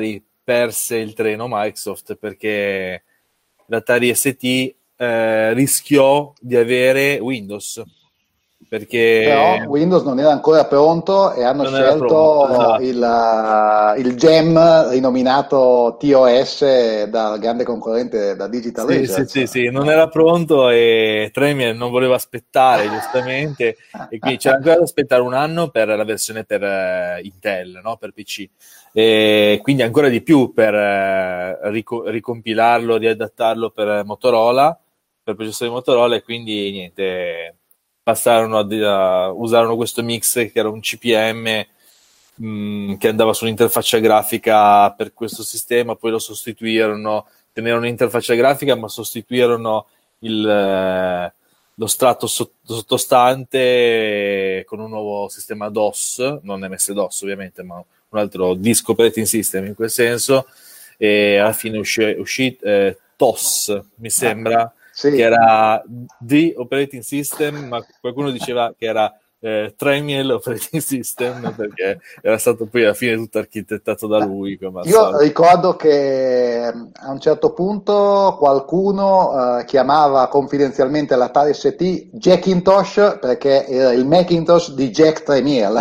S2: perse il treno Microsoft, perché l'Atari S T eh, rischiò di avere Windows, perché
S1: Però Windows non era ancora pronto e hanno
S2: non era pronto,
S1: scelto
S2: esatto.
S1: il, uh, il gem rinominato T O S dal grande concorrente da Digital
S2: Sì, sì,
S1: Research.
S2: sì, sì, non era pronto e Tremier non voleva aspettare, giustamente, e quindi c'era ancora da aspettare un anno per la versione per uh, Intel, no? Per P C, e quindi ancora di più per uh, rico- ricompilarlo, riadattarlo per Motorola, per processori Motorola, e quindi niente, passarono a, a usarono questo mix che era un C P M mh, che andava sull'interfaccia grafica per questo sistema, poi lo sostituirono, tenevano un'interfaccia grafica ma sostituirono il, eh, lo strato sottostante con un nuovo sistema DOS, non M S DOS ovviamente, ma un altro Disk Operating System in quel senso, e alla fine uscì, uscì eh, T O S, mi sembra,
S1: Sì.
S2: che era The Operating System, ma qualcuno diceva che era eh, Tremiel Operating System, perché era stato poi alla fine tutto architettato da lui, come al
S1: Io
S2: solito.
S1: ricordo che a un certo punto qualcuno eh, chiamava confidenzialmente l'Atari S T Jackintosh perché era il Macintosh di Jack Tremiel.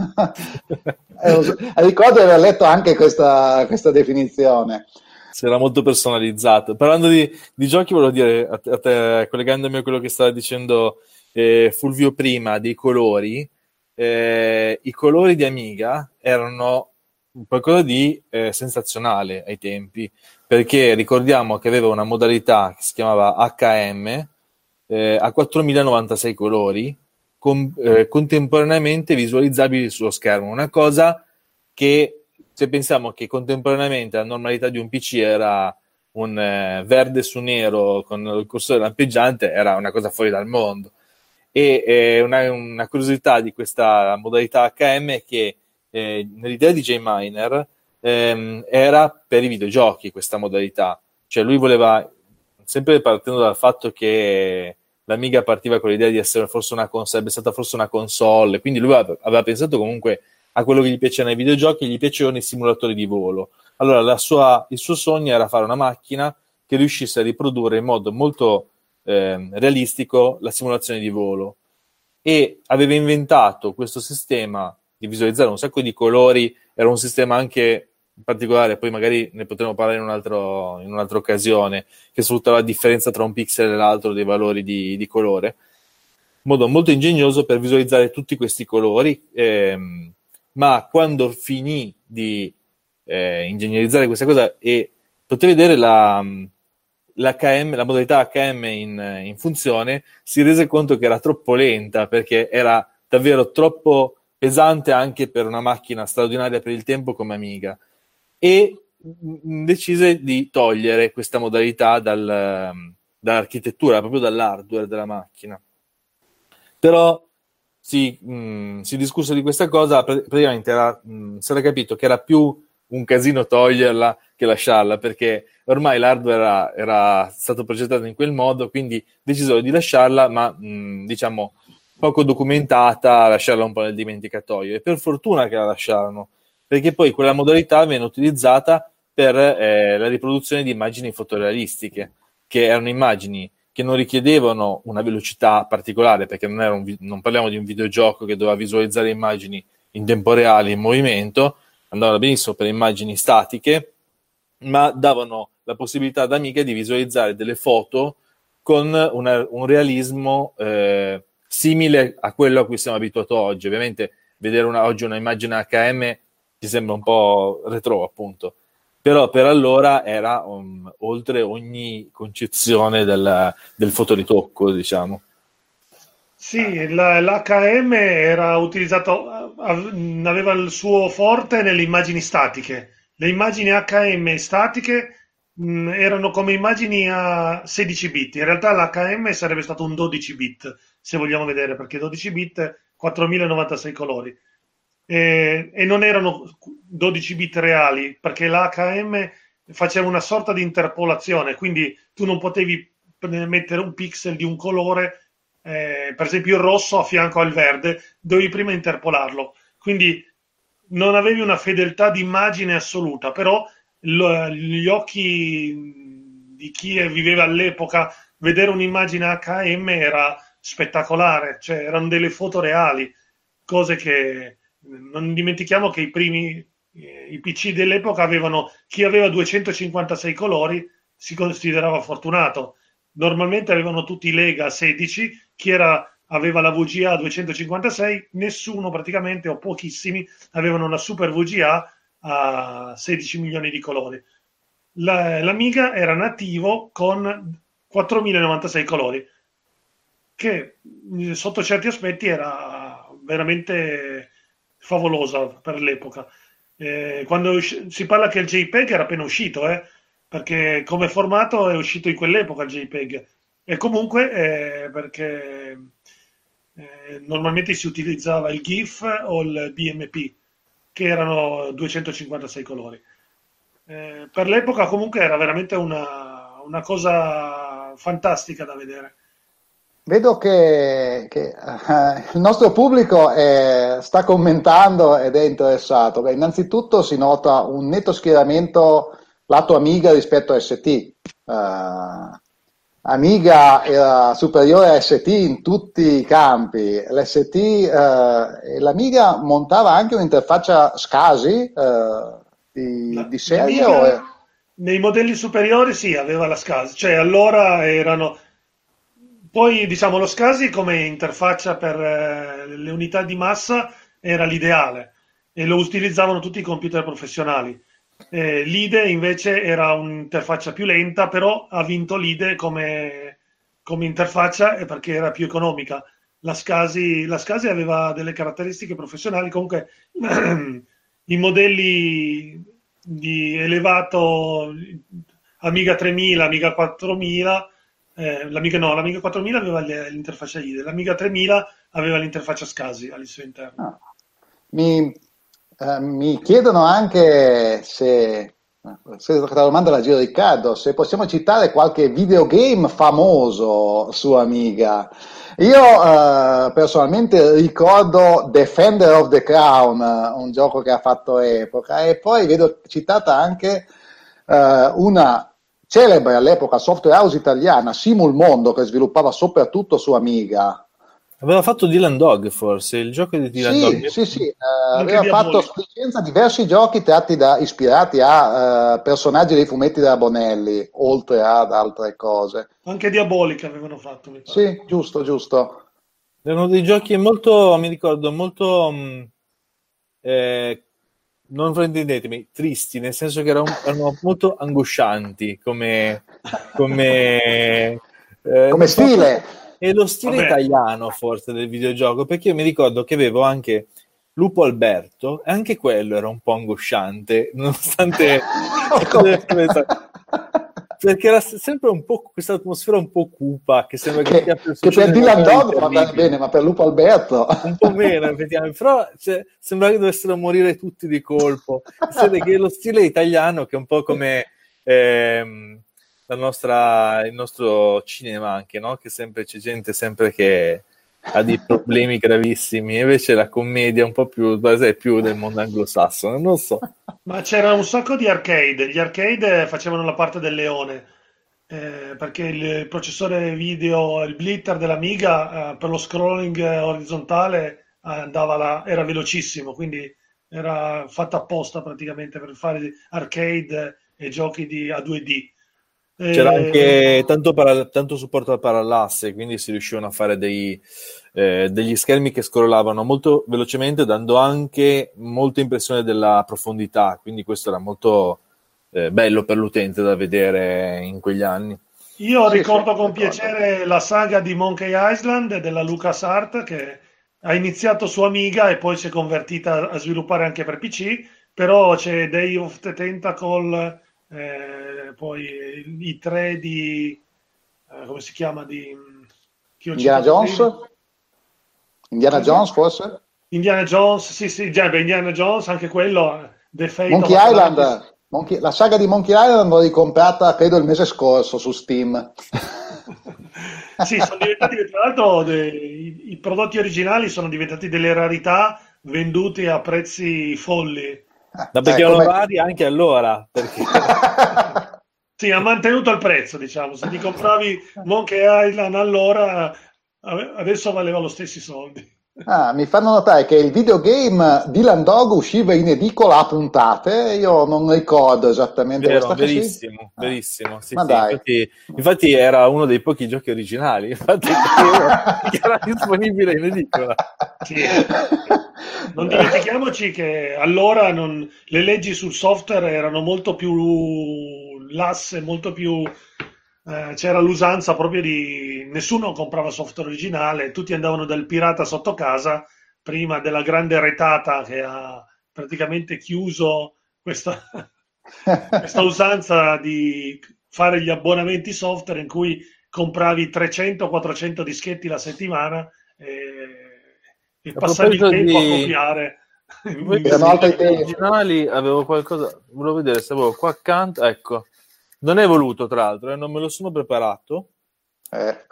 S1: Ricordo di aver letto anche questa, questa definizione.
S2: Si era molto personalizzato. Parlando di, di giochi, volevo dire a te, a te, collegandomi a quello che stava dicendo eh, Fulvio prima, dei colori, eh, i colori di Amiga erano qualcosa di eh, sensazionale ai tempi, perché ricordiamo che aveva una modalità che si chiamava H M eh, a quattromilanovantasei colori, con, eh, contemporaneamente visualizzabili sullo schermo, una cosa che, se pensiamo che contemporaneamente la normalità di un P C era un eh, verde su nero con il cursore lampeggiante, era una cosa fuori dal mondo. E eh, una, una curiosità di questa modalità H M è che eh, nell'idea di Jay Miner ehm, era per i videogiochi questa modalità, cioè lui voleva, sempre partendo dal fatto che l'Amiga partiva con l'idea di essere forse una console, sarebbe stata forse una console, quindi lui aveva, aveva pensato comunque a quello che gli piaceva nei videogiochi, gli piacevano i simulatori di volo. Allora la sua, il suo sogno era fare una macchina che riuscisse a riprodurre in modo molto eh, realistico la simulazione di volo, e aveva inventato questo sistema di visualizzare un sacco di colori. Era un sistema anche particolare, poi magari ne potremo parlare in, un altro, in un'altra occasione, che sfruttava la differenza tra un pixel e l'altro dei valori di, di colore, in modo molto ingegnoso per visualizzare tutti questi colori, ehm, ma quando finì di eh, ingegnerizzare questa cosa e poté vedere la, l'H M, la modalità H M in, in funzione, si rese conto che era troppo lenta, perché era davvero troppo pesante anche per una macchina straordinaria per il tempo come Amiga, e decise di togliere questa modalità dal, dall'architettura, proprio dall'hardware della macchina. Però si, mh, si discusse di questa cosa, praticamente era, mh, si era capito che era più un casino toglierla che lasciarla, perché ormai l'hardware era, era stato progettato in quel modo, quindi decisero di lasciarla, ma mh, diciamo poco documentata, lasciarla un po' nel dimenticatoio, e per fortuna che la lasciarono, perché poi quella modalità viene utilizzata per eh, la riproduzione di immagini fotorealistiche, che erano immagini che non richiedevano una velocità particolare, perché non, era un, non parliamo di un videogioco che doveva visualizzare immagini in tempo reale, in movimento, andavano benissimo per immagini statiche, ma davano la possibilità ad Amiga di visualizzare delle foto con una, un realismo eh, simile a quello a cui siamo abituati oggi. Ovviamente vedere una, oggi una immagine H M ci sembra un po' retro, appunto, però per allora era um, oltre ogni concezione del, del fotoritocco, diciamo.
S3: Sì, la- l'H M era utilizzato, av- aveva il suo forte nelle immagini statiche. Le immagini H M statiche mh, erano come immagini a sedici bit. In realtà l'H M sarebbe stato un dodici bit, se vogliamo vedere, perché dodici bit, quattromilanovantasei colori. E, e non erano dodici bit reali, perché l'H M faceva una sorta di interpolazione, quindi tu non potevi mettere un pixel di un colore, eh, per esempio il rosso a fianco al verde, dovevi prima interpolarlo, quindi non avevi una fedeltà di immagine assoluta, però lo- gli occhi di chi viveva all'epoca, vedere un'immagine acca emme era spettacolare, cioè erano delle foto reali, cose che non dimentichiamo che i primi eh, i pi ci dell'epoca avevano, chi aveva duecentocinquantasei colori si considerava fortunato. Normalmente avevano tutti Lega a sedici, chi era, aveva la vu gi a duecentocinquantasei, nessuno praticamente o pochissimi avevano una super vu gi a a sedici milioni di colori. La, l'Amiga era nativo con quattromilanovantasei colori, che sotto certi aspetti era veramente favolosa per l'epoca. Eh, quando usci- si parla che il JPEG era appena uscito, eh, perché come formato è uscito in quell'epoca il JPEG, e comunque eh, perché eh, normalmente si utilizzava il GIF o il bi emme pi, che erano duecentocinquantasei colori. Eh, per l'epoca comunque era veramente una, una cosa fantastica da vedere.
S1: Vedo che, che, eh, il nostro pubblico è- sta commentando ed è interessato. Beh, innanzitutto si nota un netto schieramento lato Amiga rispetto a esse ti. Eh, Amiga era superiore a esse ti in tutti i campi. L'esse ti, eh, e l'Amiga montava anche un'interfaccia SCSI eh, di,
S3: La-
S1: di serie o è-
S3: L'Amiga nei modelli superiori sì, aveva la SCSI, cioè allora erano. Poi diciamo lo SCSI come interfaccia per eh, le unità di massa era l'ideale e lo utilizzavano tutti i computer professionali. Eh, L'IDE invece era un'interfaccia più lenta, però ha vinto l'IDE come, come interfaccia eh, perché era più economica. La SCSI, la SCSI aveva delle caratteristiche professionali, comunque i modelli di elevato Amiga tremila, Amiga quattromila, eh, l'Amiga no, l'Amiga quattromila aveva le- l'interfaccia IDE, l'Amiga tremila aveva l'interfaccia SCSI al suo interno.
S1: no. Mi, eh, mi chiedono anche se, se la domanda la giro Riccardo, se possiamo citare qualche videogame famoso su Amiga. Io eh, personalmente ricordo Defender of the Crown, eh, un gioco che ha fatto epoca, e poi vedo citata anche eh, una celebre all'epoca software house italiana, Simul Mondo, che sviluppava soprattutto su Amiga.
S2: Aveva fatto Dylan Dog, forse, il gioco di Dylan
S1: Sì,
S2: Dog.
S1: sì, sì, eh,
S3: Anche
S1: aveva fatto a
S3: Diabolico.
S1: sua licenza diversi giochi tratti da, ispirati a eh, personaggi dei fumetti della Bonelli, oltre ad altre cose.
S3: Anche Diabolica avevano fatto, mi pare.
S1: Sì, giusto, giusto.
S2: Erano dei giochi molto, mi ricordo, molto, mh, eh, non fraintendetemi, tristi, nel senso che erano, erano molto angoscianti come, come, eh,
S1: Come
S2: non so,
S1: stile.
S2: è lo stile
S3: Vabbè,
S2: italiano forse del videogioco, perché io mi ricordo che avevo anche Lupo Alberto, e anche quello era un po' angosciante, nonostante
S1: Come-
S2: perché era s- sempre un po' questa atmosfera un po' cupa, che sembra che stia
S1: che,
S2: per
S1: che per
S2: succedere
S1: Dylan
S2: qualcosa di
S1: Dog può andare
S2: terribile.
S1: bene, ma per Lupo Alberto.
S2: Un po' meno, effettivamente, però cioè, sembra che dovessero morire tutti di colpo. Si vede che è lo stile italiano, che è un po' come ehm, la nostra, il nostro cinema anche, no? Che sempre c'è gente sempre che ha dei problemi gravissimi, invece la commedia è un po' più, è più del mondo anglosassone, non lo so.
S3: ma c'era un sacco di arcade. Gli arcade facevano la parte del leone, eh, perché il processore video, il blitter dell'Amiga, eh, per lo scrolling eh, orizzontale eh, andava là- era velocissimo, quindi era fatta apposta praticamente per fare arcade e giochi di, a due D.
S2: C'era
S3: Eh,
S2: anche tanto, para- tanto supporto al parallasse, quindi si riuscivano a fare dei, eh, degli schermi che scrollavano molto velocemente, dando anche molta impressione della profondità, quindi questo era molto eh, bello per l'utente da vedere in quegli anni.
S3: Io
S1: Sì, sì,
S3: ricordo con
S1: ricordo.
S3: piacere la saga di Monkey Island della LucasArts che ha iniziato su Amiga e poi si è convertita a sviluppare anche per pi ci, però c'è Day of the Tentacle, eh, poi i, i tre di, eh, come si chiama, di, che ho
S1: Indiana
S3: citato
S1: Jones?
S3: prima.
S1: Indiana
S3: Cosa?
S1: Jones forse?
S3: Indiana Jones, sì sì, già, beh, Indiana Jones, anche quello, eh, The Fate of
S1: Monkey
S3: Atlantis.
S1: Island, Monkey- la saga di Monkey Island l'ho ricomprata credo il mese scorso su Steam.
S3: Sì, sono diventati, tra l'altro, dei- i, i prodotti originali sono diventati delle rarità vendute a prezzi folli.
S2: Ma perché
S1: eh,
S2: erano
S1: come...
S2: vari anche allora. Perché...
S3: Sì, ha mantenuto il prezzo, diciamo. Se ti compravi Monkey Island allora, adesso valeva lo stessi soldi.
S1: Ah, mi fanno notare che il videogame Dylan Dog usciva in edicola a puntate, io non ricordo esattamente
S2: Vero,
S1: questa cosa.
S2: verissimo,
S1: Ah,
S2: verissimo. Sì,
S1: ma
S2: sì,
S1: dai.
S2: infatti, infatti era uno dei pochi giochi originali, infatti che era disponibile in edicola.
S3: Sì. Non dimentichiamoci che allora non, le leggi sul software erano molto più lasse, molto più... Eh, c'era l'usanza proprio di... Nessuno comprava software originale, tutti andavano dal pirata sotto casa prima della grande retata che ha praticamente chiuso questa, questa usanza di fare gli abbonamenti software in cui compravi trecento quattrocento dischetti la settimana e e
S2: A
S3: passavi il
S2: proposito
S3: tempo a
S2: di,
S3: copiare.
S2: a proposito
S1: Erano
S2: di
S1: altri
S2: giochi
S1: tempi.
S2: originali, avevo qualcosa, volevo vedere se avevo qua accanto, ecco, non è voluto tra l'altro, eh, non me lo sono preparato.
S1: Eh.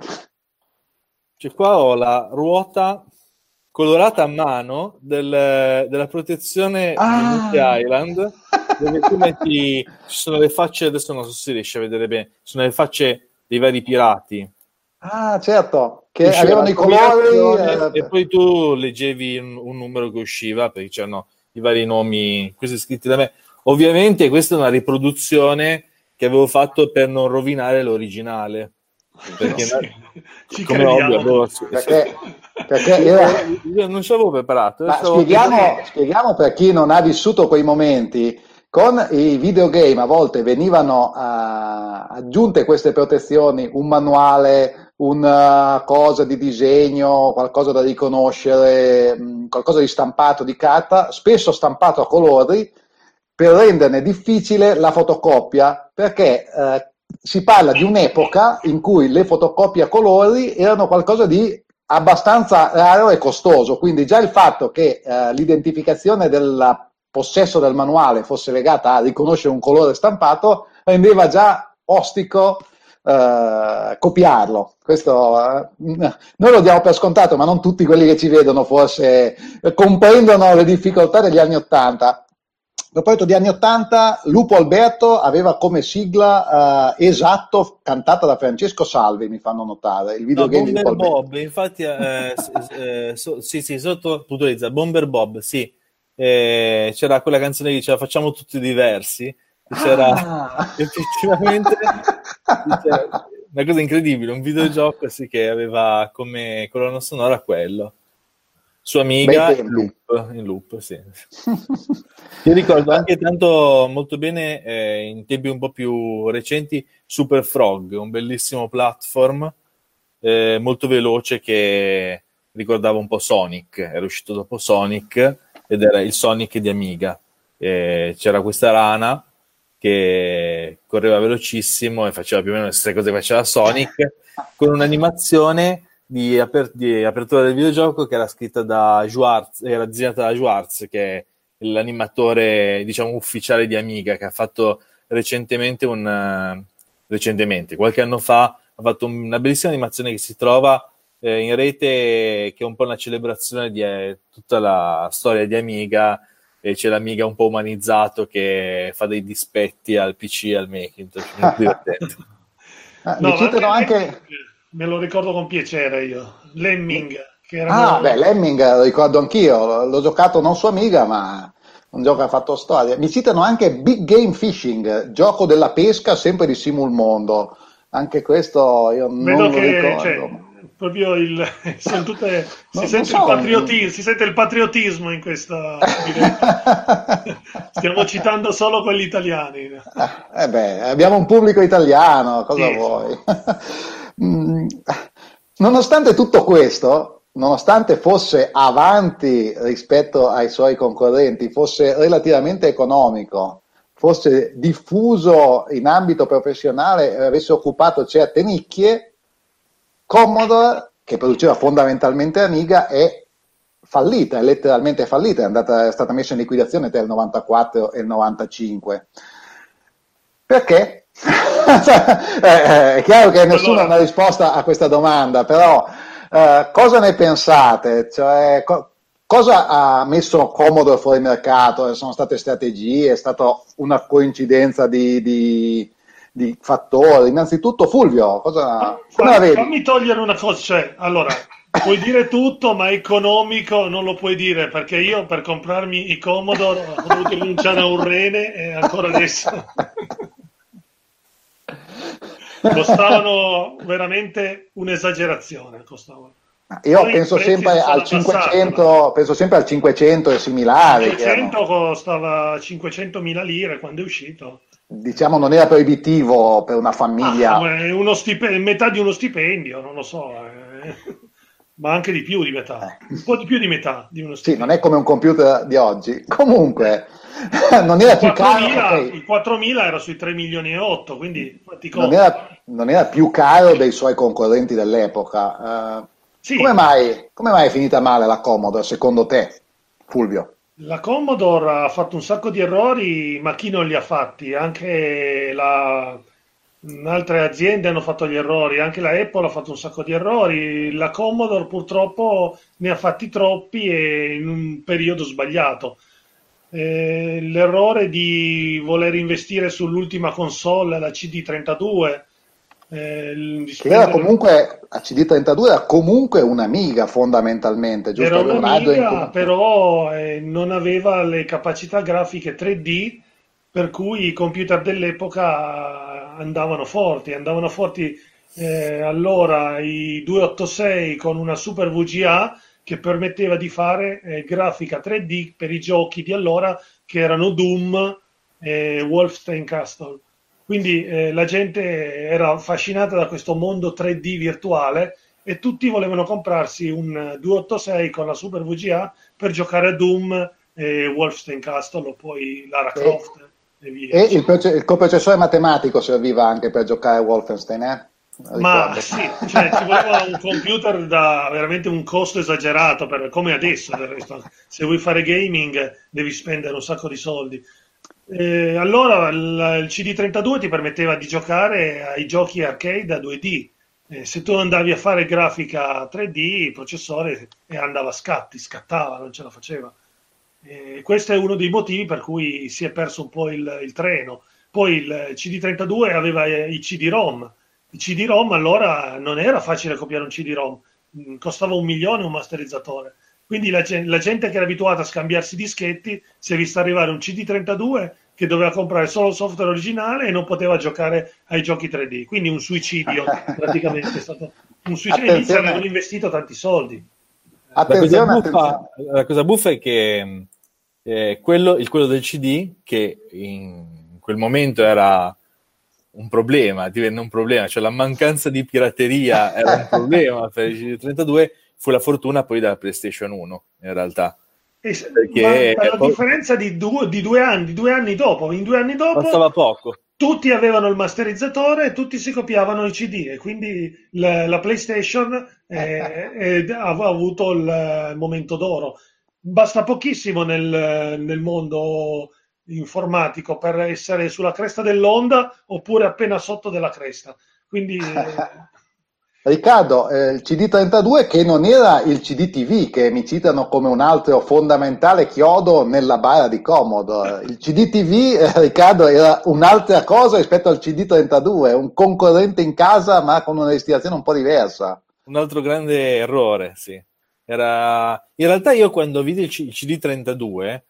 S2: Cioè, qua ho la ruota colorata a mano del- della protezione di Monkey
S1: Ah.
S2: Island, dove tu metti, ci sono le facce, adesso non so se si riesce a vedere bene, ci sono le facce dei vari pirati.
S1: Ah, certo, che
S2: Usciva
S1: avevano
S2: la
S1: i colori.
S2: e
S1: eh,
S2: poi tu leggevi un, un numero che usciva, perché c'erano i vari nomi, questi scritti da me. Ovviamente questa è una riproduzione che avevo fatto per non rovinare l'originale. Perché
S3: Sì, ci
S2: come ovvio,
S3: crediamo.
S2: avevo-
S1: Perché, perché era...
S2: io non ci avevo preparato.
S1: Ma
S2: stavo-
S1: spieghiamo, spieghiamo per chi non ha vissuto quei momenti. Con i videogame a volte venivano uh, aggiunte queste protezioni, un manuale, una cosa di disegno, qualcosa da riconoscere, mh, qualcosa di stampato di carta, spesso stampato a colori, per renderne difficile la fotocopia, perché uh, si parla di un'epoca in cui le fotocopie a colori erano qualcosa di abbastanza raro e costoso, quindi già il fatto che uh, l'identificazione del possesso del manuale fosse legata a riconoscere un colore stampato rendeva già ostico eh, copiarlo. Questo eh, noi lo diamo per scontato, ma non tutti quelli che ci vedono forse eh, comprendono le difficoltà degli anni Ottanta. A proposito di anni Ottanta, Lupo Alberto aveva come sigla eh, Esatto, cantata da Francesco Salvi, mi fanno notare, il
S2: No,
S1: videogame di
S2: Bomber
S1: Lupo Alberto.
S2: Bob, infatti, eh, s- eh, so- sì, sì, sotto puntualizza, Bomber Bob, sì. Eh, c'era quella canzone che diceva facciamo tutti diversi, e c'era
S1: Ah.
S2: effettivamente c'era una cosa incredibile, un videogioco sì, che aveva come colonna sonora quello. Sua
S1: Bei
S2: amiga in
S1: tempi.
S2: loop, in loop, sì. Io ricordo anche tanto molto bene eh, in tempi un po' più recenti Super Frog, un bellissimo platform eh, molto veloce che ricordava un po' Sonic, era uscito dopo Sonic ed era il Sonic di Amiga. Eh, c'era questa rana che correva velocissimo e faceva più o meno le stesse cose che faceva Sonic, con un'animazione di, aper- di apertura del videogioco che era scritta da Schwartz, era disegnata da Schwartz, che è l'animatore, diciamo, ufficiale di Amiga, che ha fatto recentemente un uh, recentemente, qualche anno fa, ha fatto una bellissima animazione che si trova eh, in rete, che è un po' una celebrazione di eh, tutta la storia di Amiga, e c'è l'Amiga un po' umanizzato che fa dei dispetti al P C e al Macintosh, molto divertente.
S1: Ah,
S3: No,
S1: mi citano
S3: ma
S1: anche...
S3: Lemming, me lo ricordo con piacere io. Lemming, che
S1: Ah,
S3: erano...
S1: beh, Lemming lo ricordo anch'io, l'ho giocato non su Amiga, ma un gioco che ha fatto storia. Mi citano anche Big Game Fishing, gioco della pesca, sempre di Simul Mondo. Anche questo io
S3: Vedo
S1: non lo
S3: che
S1: ricordo.
S3: cioè, proprio il, sono tutte, si,
S1: Non- non
S3: sente
S1: so.
S3: il patrioti- si sente il patriottismo in questa diretta. Stiamo citando solo quelli italiani.
S1: Eh beh, abbiamo un pubblico italiano, cosa
S3: Sì,
S1: vuoi? Mm, Nonostante tutto questo, nonostante fosse avanti rispetto ai suoi concorrenti, fosse relativamente economico, fosse diffuso in ambito professionale e avesse occupato certe nicchie, Commodore, che produceva fondamentalmente Amiga, è fallita, è letteralmente fallita, è, andata, è stata messa in liquidazione tra il novantaquattro e il novantacinque. Perché? eh, è chiaro che nessuno
S3: Allora-
S1: ha una risposta a questa domanda, però eh, cosa ne pensate? Cioè, co- cosa ha messo Commodore fuori mercato? Sono state strategie, è stata una coincidenza di, di, di fattori. Innanzitutto, Fulvio, cosa, come la vedi?
S3: Fammi togliere una cosa, cioè, allora, puoi dire tutto, ma economico non lo puoi dire, perché io per comprarmi i Commodore ho dovuto rinunciare a un rene e ancora adesso costavano veramente un'esagerazione. Costavano.
S1: Io penso sempre al cinquecento, passati, penso sempre al cinquecento e similari.
S3: Il cinquecento costava cinquecentomila lire quando è uscito.
S1: Diciamo non era proibitivo per una famiglia.
S3: Ah, uno stipendio, metà di uno stipendio, non lo so, eh. Ma anche di più di metà, un po' di più di metà di uno stipendio.
S1: Sì, non è come un computer di oggi. Comunque, non era più caro. Okay.
S3: Il quattromila era sui tre milioni e otto, quindi fatti
S1: non era, non era più caro dei suoi concorrenti dell'epoca. Uh, Sì. Come mai, come mai è finita male la Commodore, secondo te, Fulvio?
S3: La Commodore ha fatto un sacco di errori, ma chi non li ha fatti? Anche la... altre aziende hanno fatto gli errori, anche la Apple ha fatto un sacco di errori. La Commodore purtroppo ne ha fatti troppi e in un periodo sbagliato. Eh, l'errore di voler investire sull'ultima console, la C D trentadue,
S1: Eh, che era comunque la C D trentadue era comunque un'Amiga fondamentalmente, giusto?
S3: Era un'Amiga, però eh, non aveva le capacità grafiche tre D, per cui i computer dell'epoca andavano forti, andavano forti eh, allora i duecentoottantasei con una Super V G A che permetteva di fare eh, grafica tre D per i giochi di allora che erano Doom e Wolfenstein Castle. Quindi eh, la gente era affascinata da questo mondo tre D virtuale e tutti volevano comprarsi un duecentoottantasei con la Super V G A per giocare a Doom e Wolfenstein Castle o poi Lara Croft e, e via.
S1: E il, proce- il coprocessore matematico serviva anche per giocare a Wolfenstein, eh?
S3: Ma sì, cioè ci voleva un computer da veramente un costo esagerato, per, come adesso del resto. Se vuoi fare gaming devi spendere un sacco di soldi. Eh, allora il, il C D trentadue ti permetteva di giocare ai giochi arcade a due D. Eh, se tu andavi a fare grafica tre D, il processore andava a scatti, scattava, non ce la faceva. Eh, questo è uno dei motivi per cui si è perso un po' il, il treno. Poi il C D trentadue aveva i C D-ROM. I C D-ROM allora non era facile copiare un C D-ROM, costava un milione un masterizzatore. Quindi la, la gente che era abituata a scambiarsi dischetti si è vista arrivare un C D trentadue che doveva comprare solo il software originale e non poteva giocare ai giochi tre D. Quindi un suicidio, praticamente è stato un suicidio. E avevano investito tanti soldi.
S2: La cosa, buffa, la cosa buffa è che eh, quello, il quello del C D, che in quel momento era un problema, divenne un problema, cioè la mancanza di pirateria era un problema per il C D trentadue, fu la fortuna poi della PlayStation uno, in realtà.
S3: E, perché ma per la differenza di due, di due anni, due anni dopo, in due anni dopo
S2: bastava poco.
S3: Tutti avevano il masterizzatore e tutti si copiavano i C D e quindi la, la PlayStation eh, eh, ha avuto il momento d'oro. Basta pochissimo nel, nel mondo informatico per essere sulla cresta dell'onda oppure appena sotto della cresta. Quindi eh,
S1: Riccardo, eh, il C D trentadue che non era il C D T V, che mi citano come un altro fondamentale chiodo nella bara di Commodore. Il C D T V, eh, Riccardo, era un'altra cosa rispetto al C D trentadue, un concorrente in casa ma con una destinazione un po' diversa.
S2: Un altro grande errore, sì. Era... In realtà io quando vidi il, C- il C D trentadue,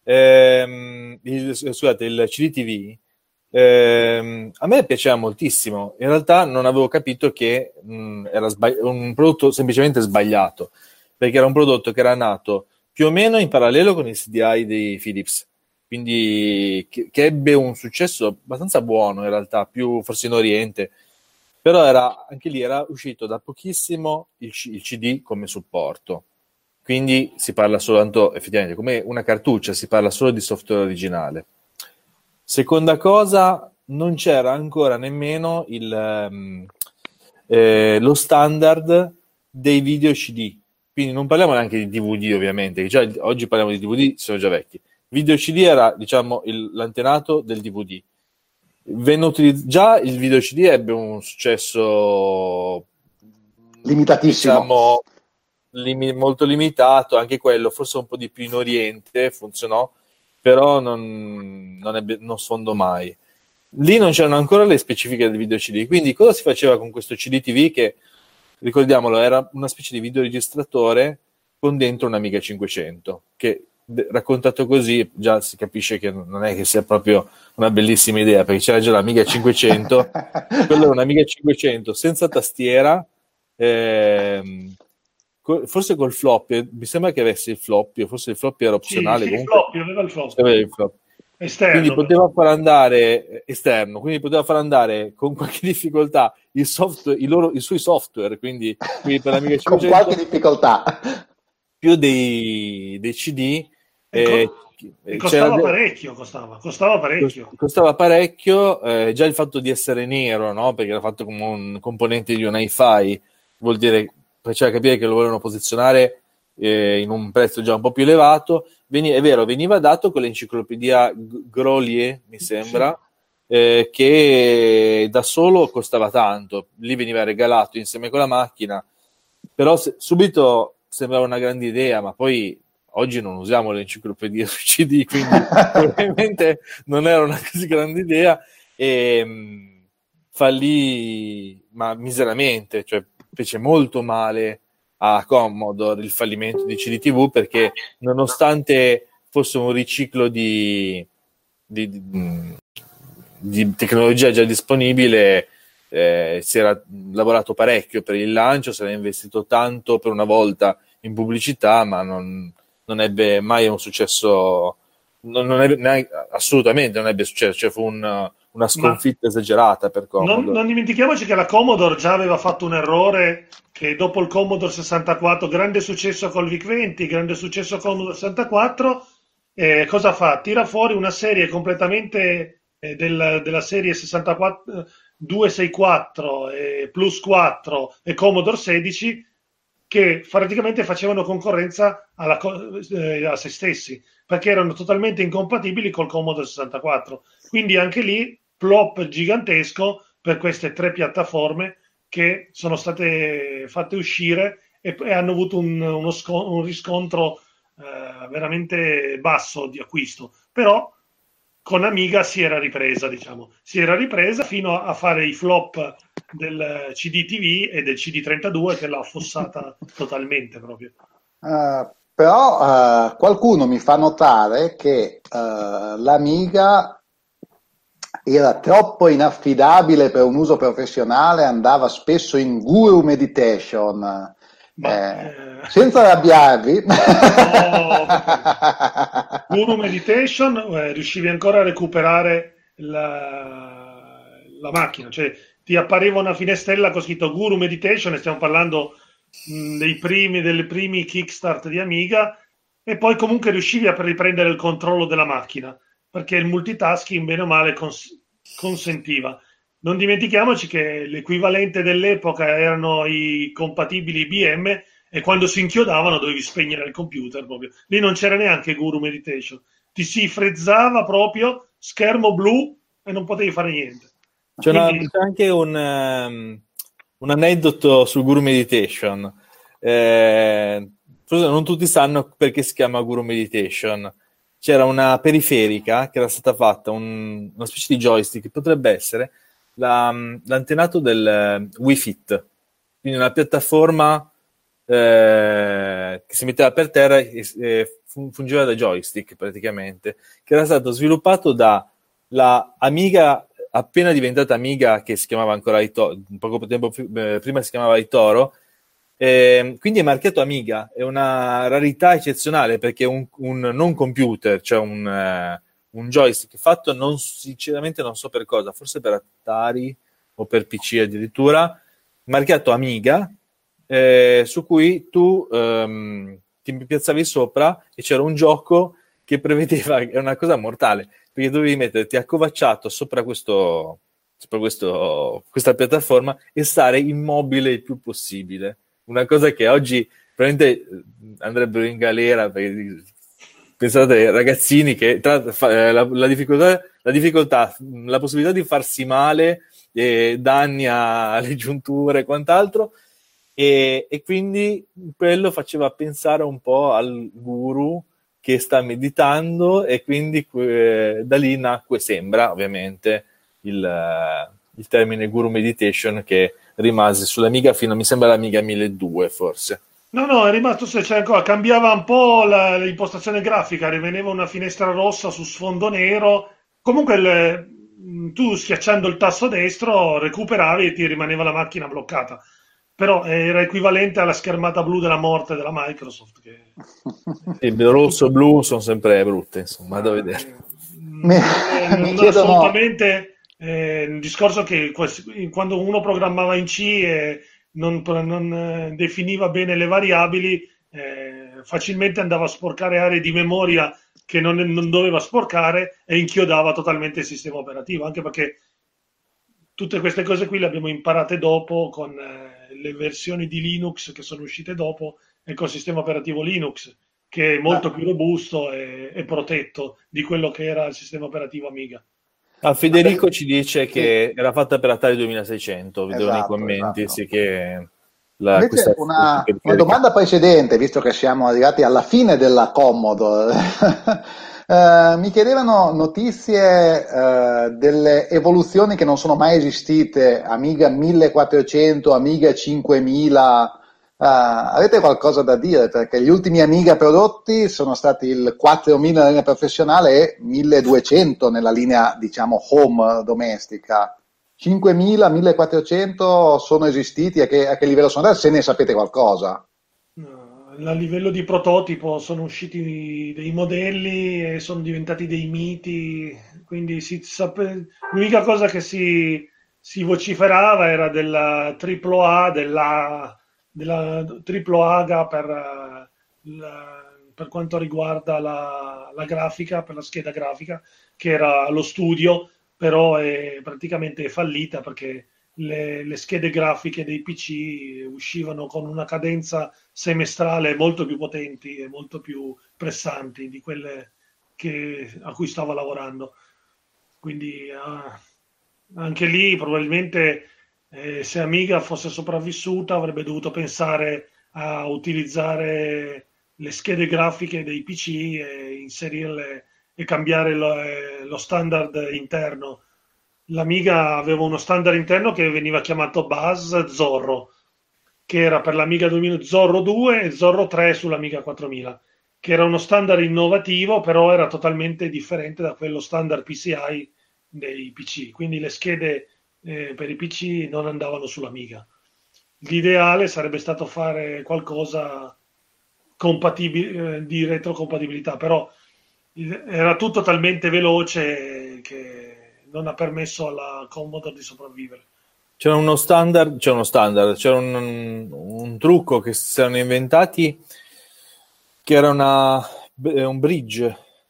S2: ehm, il, scusate, il C D T V, Eh, a me piaceva moltissimo. In realtà non avevo capito che mh, era sbagli- un prodotto semplicemente sbagliato, perché era un prodotto che era nato più o meno in parallelo con il C D I di Philips, quindi che, che ebbe un successo abbastanza buono in realtà, più forse in Oriente, però era, anche lì era uscito da pochissimo il, C- il C D come supporto, quindi si parla soltanto effettivamente come una cartuccia, si parla solo di software originale. Seconda cosa, non c'era ancora nemmeno il, um, eh, lo standard dei video C D, quindi non parliamo neanche di D V D ovviamente, che già oggi parliamo di D V D, sono già vecchi. Video C D era, diciamo, il, l'antenato del D V D. Venne utilizz- già il video C D ebbe un successo
S1: limitatissimo.
S2: Diciamo, limi- molto limitato, anche quello, forse un po' di più in Oriente funzionò, però non, non, ebbe, non sfondò mai. Lì non c'erano ancora le specifiche del video C D, quindi cosa si faceva con questo C D T V che, ricordiamolo, era una specie di videoregistratore con dentro un Amiga cinquecento, che raccontato così già si capisce che non è che sia proprio una bellissima idea, perché c'era già l'Amiga cinquecento, quello era un Amiga cinquecento senza tastiera, ehm, forse col floppy, mi sembra che avesse il floppy, o forse il floppy era opzionale.
S3: Sì, sì,
S2: comunque,
S3: il floppy, aveva il floppy.
S2: aveva il floppy.
S3: Esterno,
S2: quindi poteva far andare esterno, quindi poteva far andare con qualche difficoltà il software, i, loro, i suoi software, quindi, quindi per l'Amiga cinquecento
S1: con qualche difficoltà
S2: più dei, dei C D.
S3: E,
S2: eh,
S3: e costava
S2: c'era
S3: parecchio, costava, costava parecchio.
S2: Costava parecchio, eh, già il fatto di essere nero, no? Perché era fatto come un componente di un hi-fi, vuol dire, faceva capire che lo volevano posizionare eh, in un prezzo già un po' più elevato. Veni- è vero, veniva dato con l'enciclopedia G- Grolier, mi sembra, sì. eh, che da solo costava tanto, lì veniva regalato insieme con la macchina, però se- subito sembrava una grande idea, ma poi oggi non usiamo l'enciclopedia su C D, quindi probabilmente non era una così grande idea, e mh, fallì ma miseramente, cioè fece molto male a Commodore il fallimento di C D T V, perché nonostante fosse un riciclo di, di, di, di tecnologia già disponibile, eh, si era lavorato parecchio per il lancio, si era investito tanto per una volta in pubblicità, ma non, non ebbe mai un successo, non, non ebbe, neanche, assolutamente non ebbe successo, cioè fu un, una sconfitta ma esagerata per Commodore.
S3: Non, non dimentichiamoci che la Commodore già aveva fatto un errore, che dopo il Commodore sessantaquattro, grande successo col VIC venti, grande successo con Commodore sessantaquattro, eh, cosa fa? Tira fuori una serie completamente eh, del, della serie sessantaquattro, duecentosessantaquattro, eh, Plus quattro e Commodore sedici, che praticamente facevano concorrenza alla, eh, a se stessi, perché erano totalmente incompatibili col Commodore sessantaquattro. Quindi anche lì flop gigantesco per queste tre piattaforme che sono state fatte uscire e, e hanno avuto un, uno sco- un riscontro eh, veramente basso di acquisto. Però con Amiga si era ripresa, diciamo, si era ripresa fino a fare i flop del C D T V e del C D trentadue, che l'ha affossata totalmente proprio.
S1: Uh, però uh, qualcuno mi fa notare che uh, l'Amiga era troppo inaffidabile per un uso professionale, andava spesso in guru meditation. Ma, eh, eh... senza arrabbiarvi,
S3: no, guru meditation, eh, riuscivi ancora a recuperare la, la macchina, cioè ti appariva una finestrella con scritto Guru Meditation, e stiamo parlando mh, dei primi, delle primi kickstart di Amiga, e poi comunque riuscivi a riprendere il controllo della macchina, perché il multitasking bene o male cons- consentiva. Non dimentichiamoci che l'equivalente dell'epoca erano i compatibili I B M, e quando si inchiodavano dovevi spegnere il computer proprio. Lì non c'era neanche Guru Meditation, ti si frezzava proprio, schermo blu, e non potevi fare niente.
S2: C'è, una, c'è anche un, um, un aneddoto sul Guru Meditation. Eh, forse non tutti sanno perché si chiama Guru Meditation. C'era una periferica che era stata fatta, un, una specie di joystick, che potrebbe essere la, l'antenato del uh, Wii Fit, quindi una piattaforma eh, che si metteva per terra e, e fungeva da joystick praticamente, che era stato sviluppato da la Amiga, appena diventata Amiga, che si chiamava ancora Itoro, poco tempo eh, prima si chiamava Itoro, eh, quindi è marchiato Amiga, è una rarità eccezionale, perché è un, un non computer, cioè un, uh, un joystick fatto non, sinceramente non so per cosa, forse per Atari o per P C addirittura, marchiato Amiga, eh, su cui tu um, ti piazzavi sopra, e c'era un gioco che prevedeva, è una cosa mortale, perché dovevi metterti accovacciato sopra questo, sopra questo, questa piattaforma e stare immobile il più possibile. Una cosa che oggi probabilmente andrebbero in galera, perché pensate ai ragazzini che tra, la, la, difficoltà, la difficoltà, la possibilità di farsi male, eh, danni alle giunture e quant'altro, e, e quindi quello faceva pensare un po' al guru che sta meditando, e quindi eh, da lì nacque, sembra ovviamente, il, eh, il termine Guru Meditation, che rimase sull'Amiga fino a, mi sembra, l'Amiga milleduecento forse.
S3: No, no, è rimasto, se c'è ancora, cambiava un po' la- l'impostazione grafica, rimaneva una finestra rossa su sfondo nero. Comunque il- mh, tu schiacciando il tasto destro recuperavi e ti rimaneva la macchina bloccata. Però era equivalente alla schermata blu della morte della Microsoft. Che,
S2: Il rosso e blu sono sempre brutte, insomma, da vedere.
S3: eh,
S1: Mi,
S3: non è,
S1: mi
S3: non è
S1: chiedono,
S3: assolutamente eh, un discorso che quals- quando uno programmava in C e non, non, eh, definiva bene le variabili, eh, facilmente andava a sporcare aree di memoria che non, non doveva sporcare e inchiodava totalmente il sistema operativo, anche perché tutte queste cose qui le abbiamo imparate dopo con eh, le versioni di Linux che sono uscite dopo e col sistema operativo Linux, che è molto più robusto e, e protetto di quello che era il sistema operativo Amiga.
S2: Ah, Federico ci dice
S1: sì,
S2: che era fatta per Atari duemilaseicento, vedo nei
S1: esatto,
S2: commenti,
S1: esatto.
S2: sì, che la,
S1: Invece
S2: questa
S1: una, una domanda precedente, visto che siamo arrivati alla fine della Commodore, eh, mi chiedevano notizie eh, delle evoluzioni che non sono mai esistite, Amiga millequattrocento, Amiga cinquemila, eh, avete qualcosa da dire? Perché gli ultimi Amiga prodotti sono stati il quattromila nella linea professionale e milleduecento nella linea, diciamo, home domestica. cinquemila, millequattrocento sono esistiti? A che, a che livello sono andati? Se ne sapete qualcosa?
S3: No, a livello di prototipo sono usciti dei modelli e sono diventati dei miti, quindi si sape- l'unica cosa che si, si vociferava era della triplo A, della, della triplo A per, eh, la- per quanto riguarda la, la grafica, per la scheda grafica, che era allo studio, però è praticamente fallita perché le, le schede grafiche dei P C uscivano con una cadenza semestrale molto più potenti e molto più pressanti di quelle che- a cui stava lavorando. Quindi ah, anche lì probabilmente eh, se Amiga fosse sopravvissuta avrebbe dovuto pensare a utilizzare le schede grafiche dei P C e inserirle e cambiare lo, eh, lo standard interno. L'Amiga aveva uno standard interno che veniva chiamato Buzz Zorro, che era per l'Amiga duemila, Zorro due e Zorro tre sull'Amiga quattromila, che era uno standard innovativo, però era totalmente differente da quello standard P C I dei P C, quindi le schede eh, per i P C non andavano sull'Amiga. L'ideale sarebbe stato fare qualcosa compatibile, eh, di retrocompatibilità, però il- era tutto talmente veloce che non ha permesso alla Commodore di sopravvivere.
S2: C'era uno standard, c'era uno standard, c'era un, un trucco che si erano inventati, che era una, un bridge,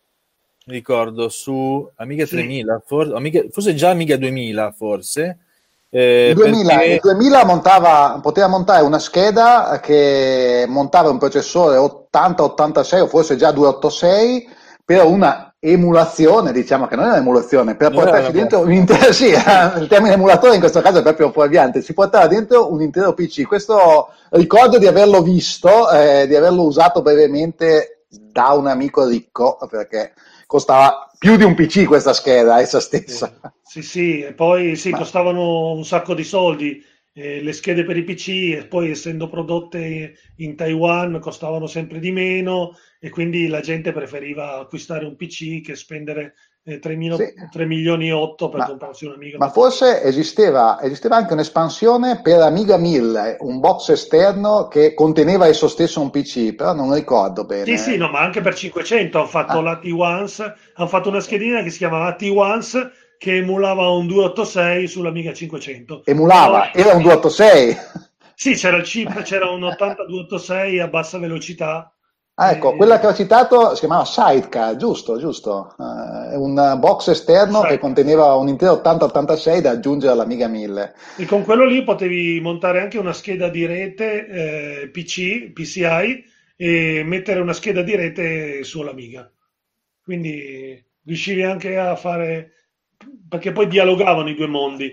S2: mi ricordo, su Amiga
S3: Sì,
S2: tremila, for- Amiga- forse già Amiga duemila, forse,
S1: Il
S2: eh,
S1: duemila, il
S2: perché
S1: duemila montava, poteva montare una scheda che montava un processore ottanta ottantasei o forse già duecentottantasei per una emulazione, diciamo che non è un'emulazione, per
S2: non era
S1: portarci
S2: una
S1: dentro un
S2: classica.
S1: intero, sì, il termine emulatore in questo caso è proprio fuorviante, si portava dentro un intero P C. Questo ricordo di averlo visto, eh, di averlo usato brevemente da un amico ricco, perché costava più di un P C questa scheda essa
S3: sì,
S1: stessa.
S3: sì, sì, e poi sì,
S1: Ma
S3: costavano un sacco di soldi, eh, le schede per i P C, e poi essendo prodotte in Taiwan costavano sempre di meno e quindi la gente preferiva acquistare un P C che spendere eh, tre
S1: sì.
S3: milioni e otto per
S1: Ma,
S3: comprarsi un Amiga
S1: ma
S3: quattromila.
S1: forse esisteva, esisteva anche un'espansione per Amiga mille, un box esterno che conteneva esso stesso un P C, però non ricordo
S3: Sì, sì,
S1: bene.
S3: no, ma anche per cinquecento hanno fatto
S1: Ah,
S3: la T uno, hanno fatto una schedina che si chiamava T uno che emulava un duecentottantasei sull'Amiga cinquecento. Però
S1: emulava, era un duecentottantasei.
S3: sì, c'era il chip, c'era un ottantadue ottantasei a bassa velocità.
S1: Ah, ecco, quella che
S3: E...
S1: ho citato si chiamava Sidecar, giusto, giusto. Eh, è un box esterno che
S3: Sai,
S1: conteneva un intero ottanta ottantasei da aggiungere all'Amiga mille.
S3: e con quello lì potevi montare anche una scheda di rete eh, P C, P C I e mettere una scheda di rete sull'Amiga. Quindi riuscivi anche a fare, perché poi dialogavano i due mondi.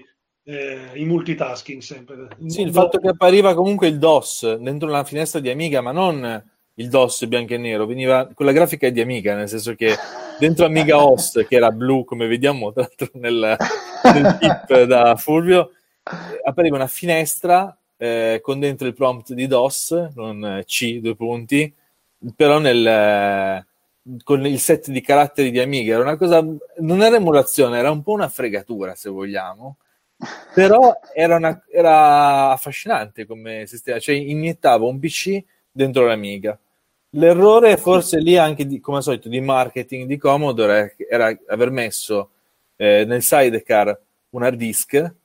S3: eh, in multitasking sempre. Il
S2: Sì, il
S3: mondo...
S2: fatto che appariva comunque il DOS dentro una finestra di Amiga, ma non il DOS bianco e nero, veniva con la grafica di Amiga, nel senso che dentro Amiga O S, che era blu, come vediamo tra l'altro nel, nel tip da Fulvio, appariva una finestra eh, con dentro il prompt di DOS, con C, due punti, però nel, eh, con il set di caratteri di Amiga. Era una cosa, non era emulazione, era un po' una fregatura, se vogliamo. Però era, una, era affascinante come sistema, cioè iniettava un P C dentro l'Amiga. L'errore forse lì anche di, come al solito di marketing di Commodore era aver messo eh, nel sidecar un hard disk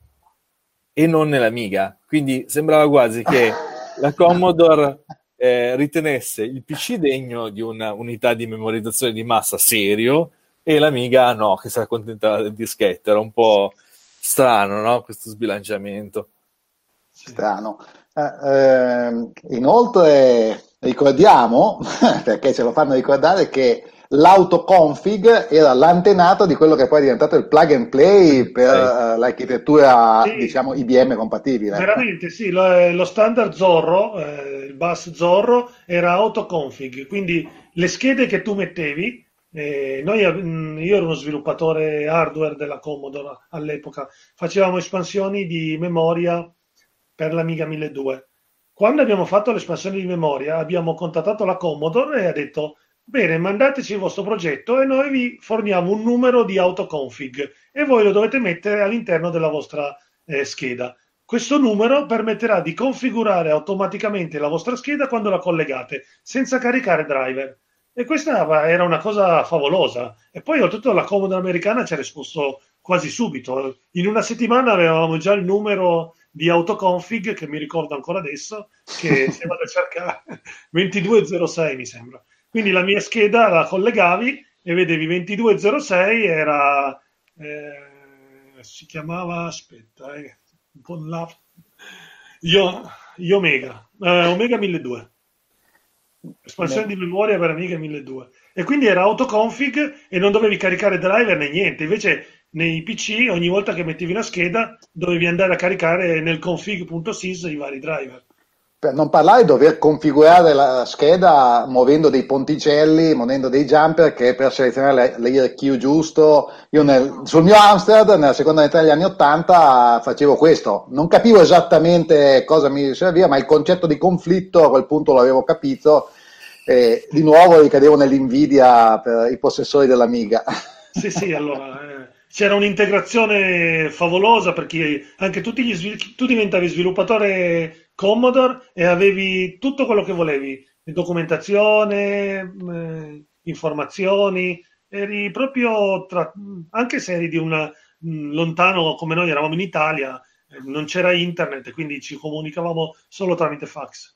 S2: e non nell'Amiga, quindi sembrava quasi che la Commodore eh, ritenesse il P C degno di una unità di memorizzazione di massa serio e l'Amiga no, che si accontentava del dischetto. Era un po' strano, no? Questo sbilanciamento.
S1: Strano. Eh, eh, inoltre ricordiamo, perché ce lo fanno ricordare, che l'autoconfig era l'antenato di quello che poi è diventato il plug and play per uh, l'architettura, sì, diciamo, I B M compatibile.
S3: Veramente sì, lo, lo standard Zorro, eh, il bus Zorro era autoconfig, quindi le schede che tu mettevi, eh, noi, io ero uno sviluppatore hardware della Commodore all'epoca, facevamo espansioni di memoria per l'Amiga milleduecento. Quando abbiamo fatto l'espansione di memoria abbiamo contattato la Commodore e ha detto: bene, mandateci il vostro progetto e noi vi forniamo un numero di autoconfig e voi lo dovete mettere all'interno della vostra eh, scheda. Questo numero permetterà di configurare automaticamente la vostra scheda quando la collegate, senza caricare driver. E questa era una cosa favolosa. E poi oltretutto la Commodore americana ci ha risposto quasi subito. In una settimana avevamo già il numero di autoconfig, che mi ricordo ancora adesso, che se vado a cercare ventidue zero sei mi sembra. Quindi la mia scheda la collegavi e vedevi ventidue zero sei, era eh, si chiamava, aspetta, eh, un po' là, Io, Io Omega, eh, Omega milleduecento, espansione di memoria per Amiga milleduecento, e quindi era autoconfig e non dovevi caricare driver né niente. Invece nei P C ogni volta che mettevi una scheda dovevi andare a caricare nel config.sys i vari driver.
S1: Per non parlare di dover configurare la scheda muovendo dei ponticelli, muovendo dei jumper, che per selezionare l'I R Q giusto, io nel, sul mio Amstrad nella seconda metà degli anni ottanta facevo questo, non capivo esattamente cosa mi serviva, ma il concetto di conflitto a quel punto l'avevo capito, e di nuovo ricadevo nell'invidia per i possessori dell'Amiga.
S3: Sì, sì, allora eh, c'era un'integrazione favolosa, perché anche tutti gli svil- tu diventavi sviluppatore Commodore e avevi tutto quello che volevi, documentazione, eh, informazioni, eri proprio tra, anche se eri di una mh, lontano come noi eravamo in Italia, eh, non c'era internet, quindi ci comunicavamo solo tramite fax.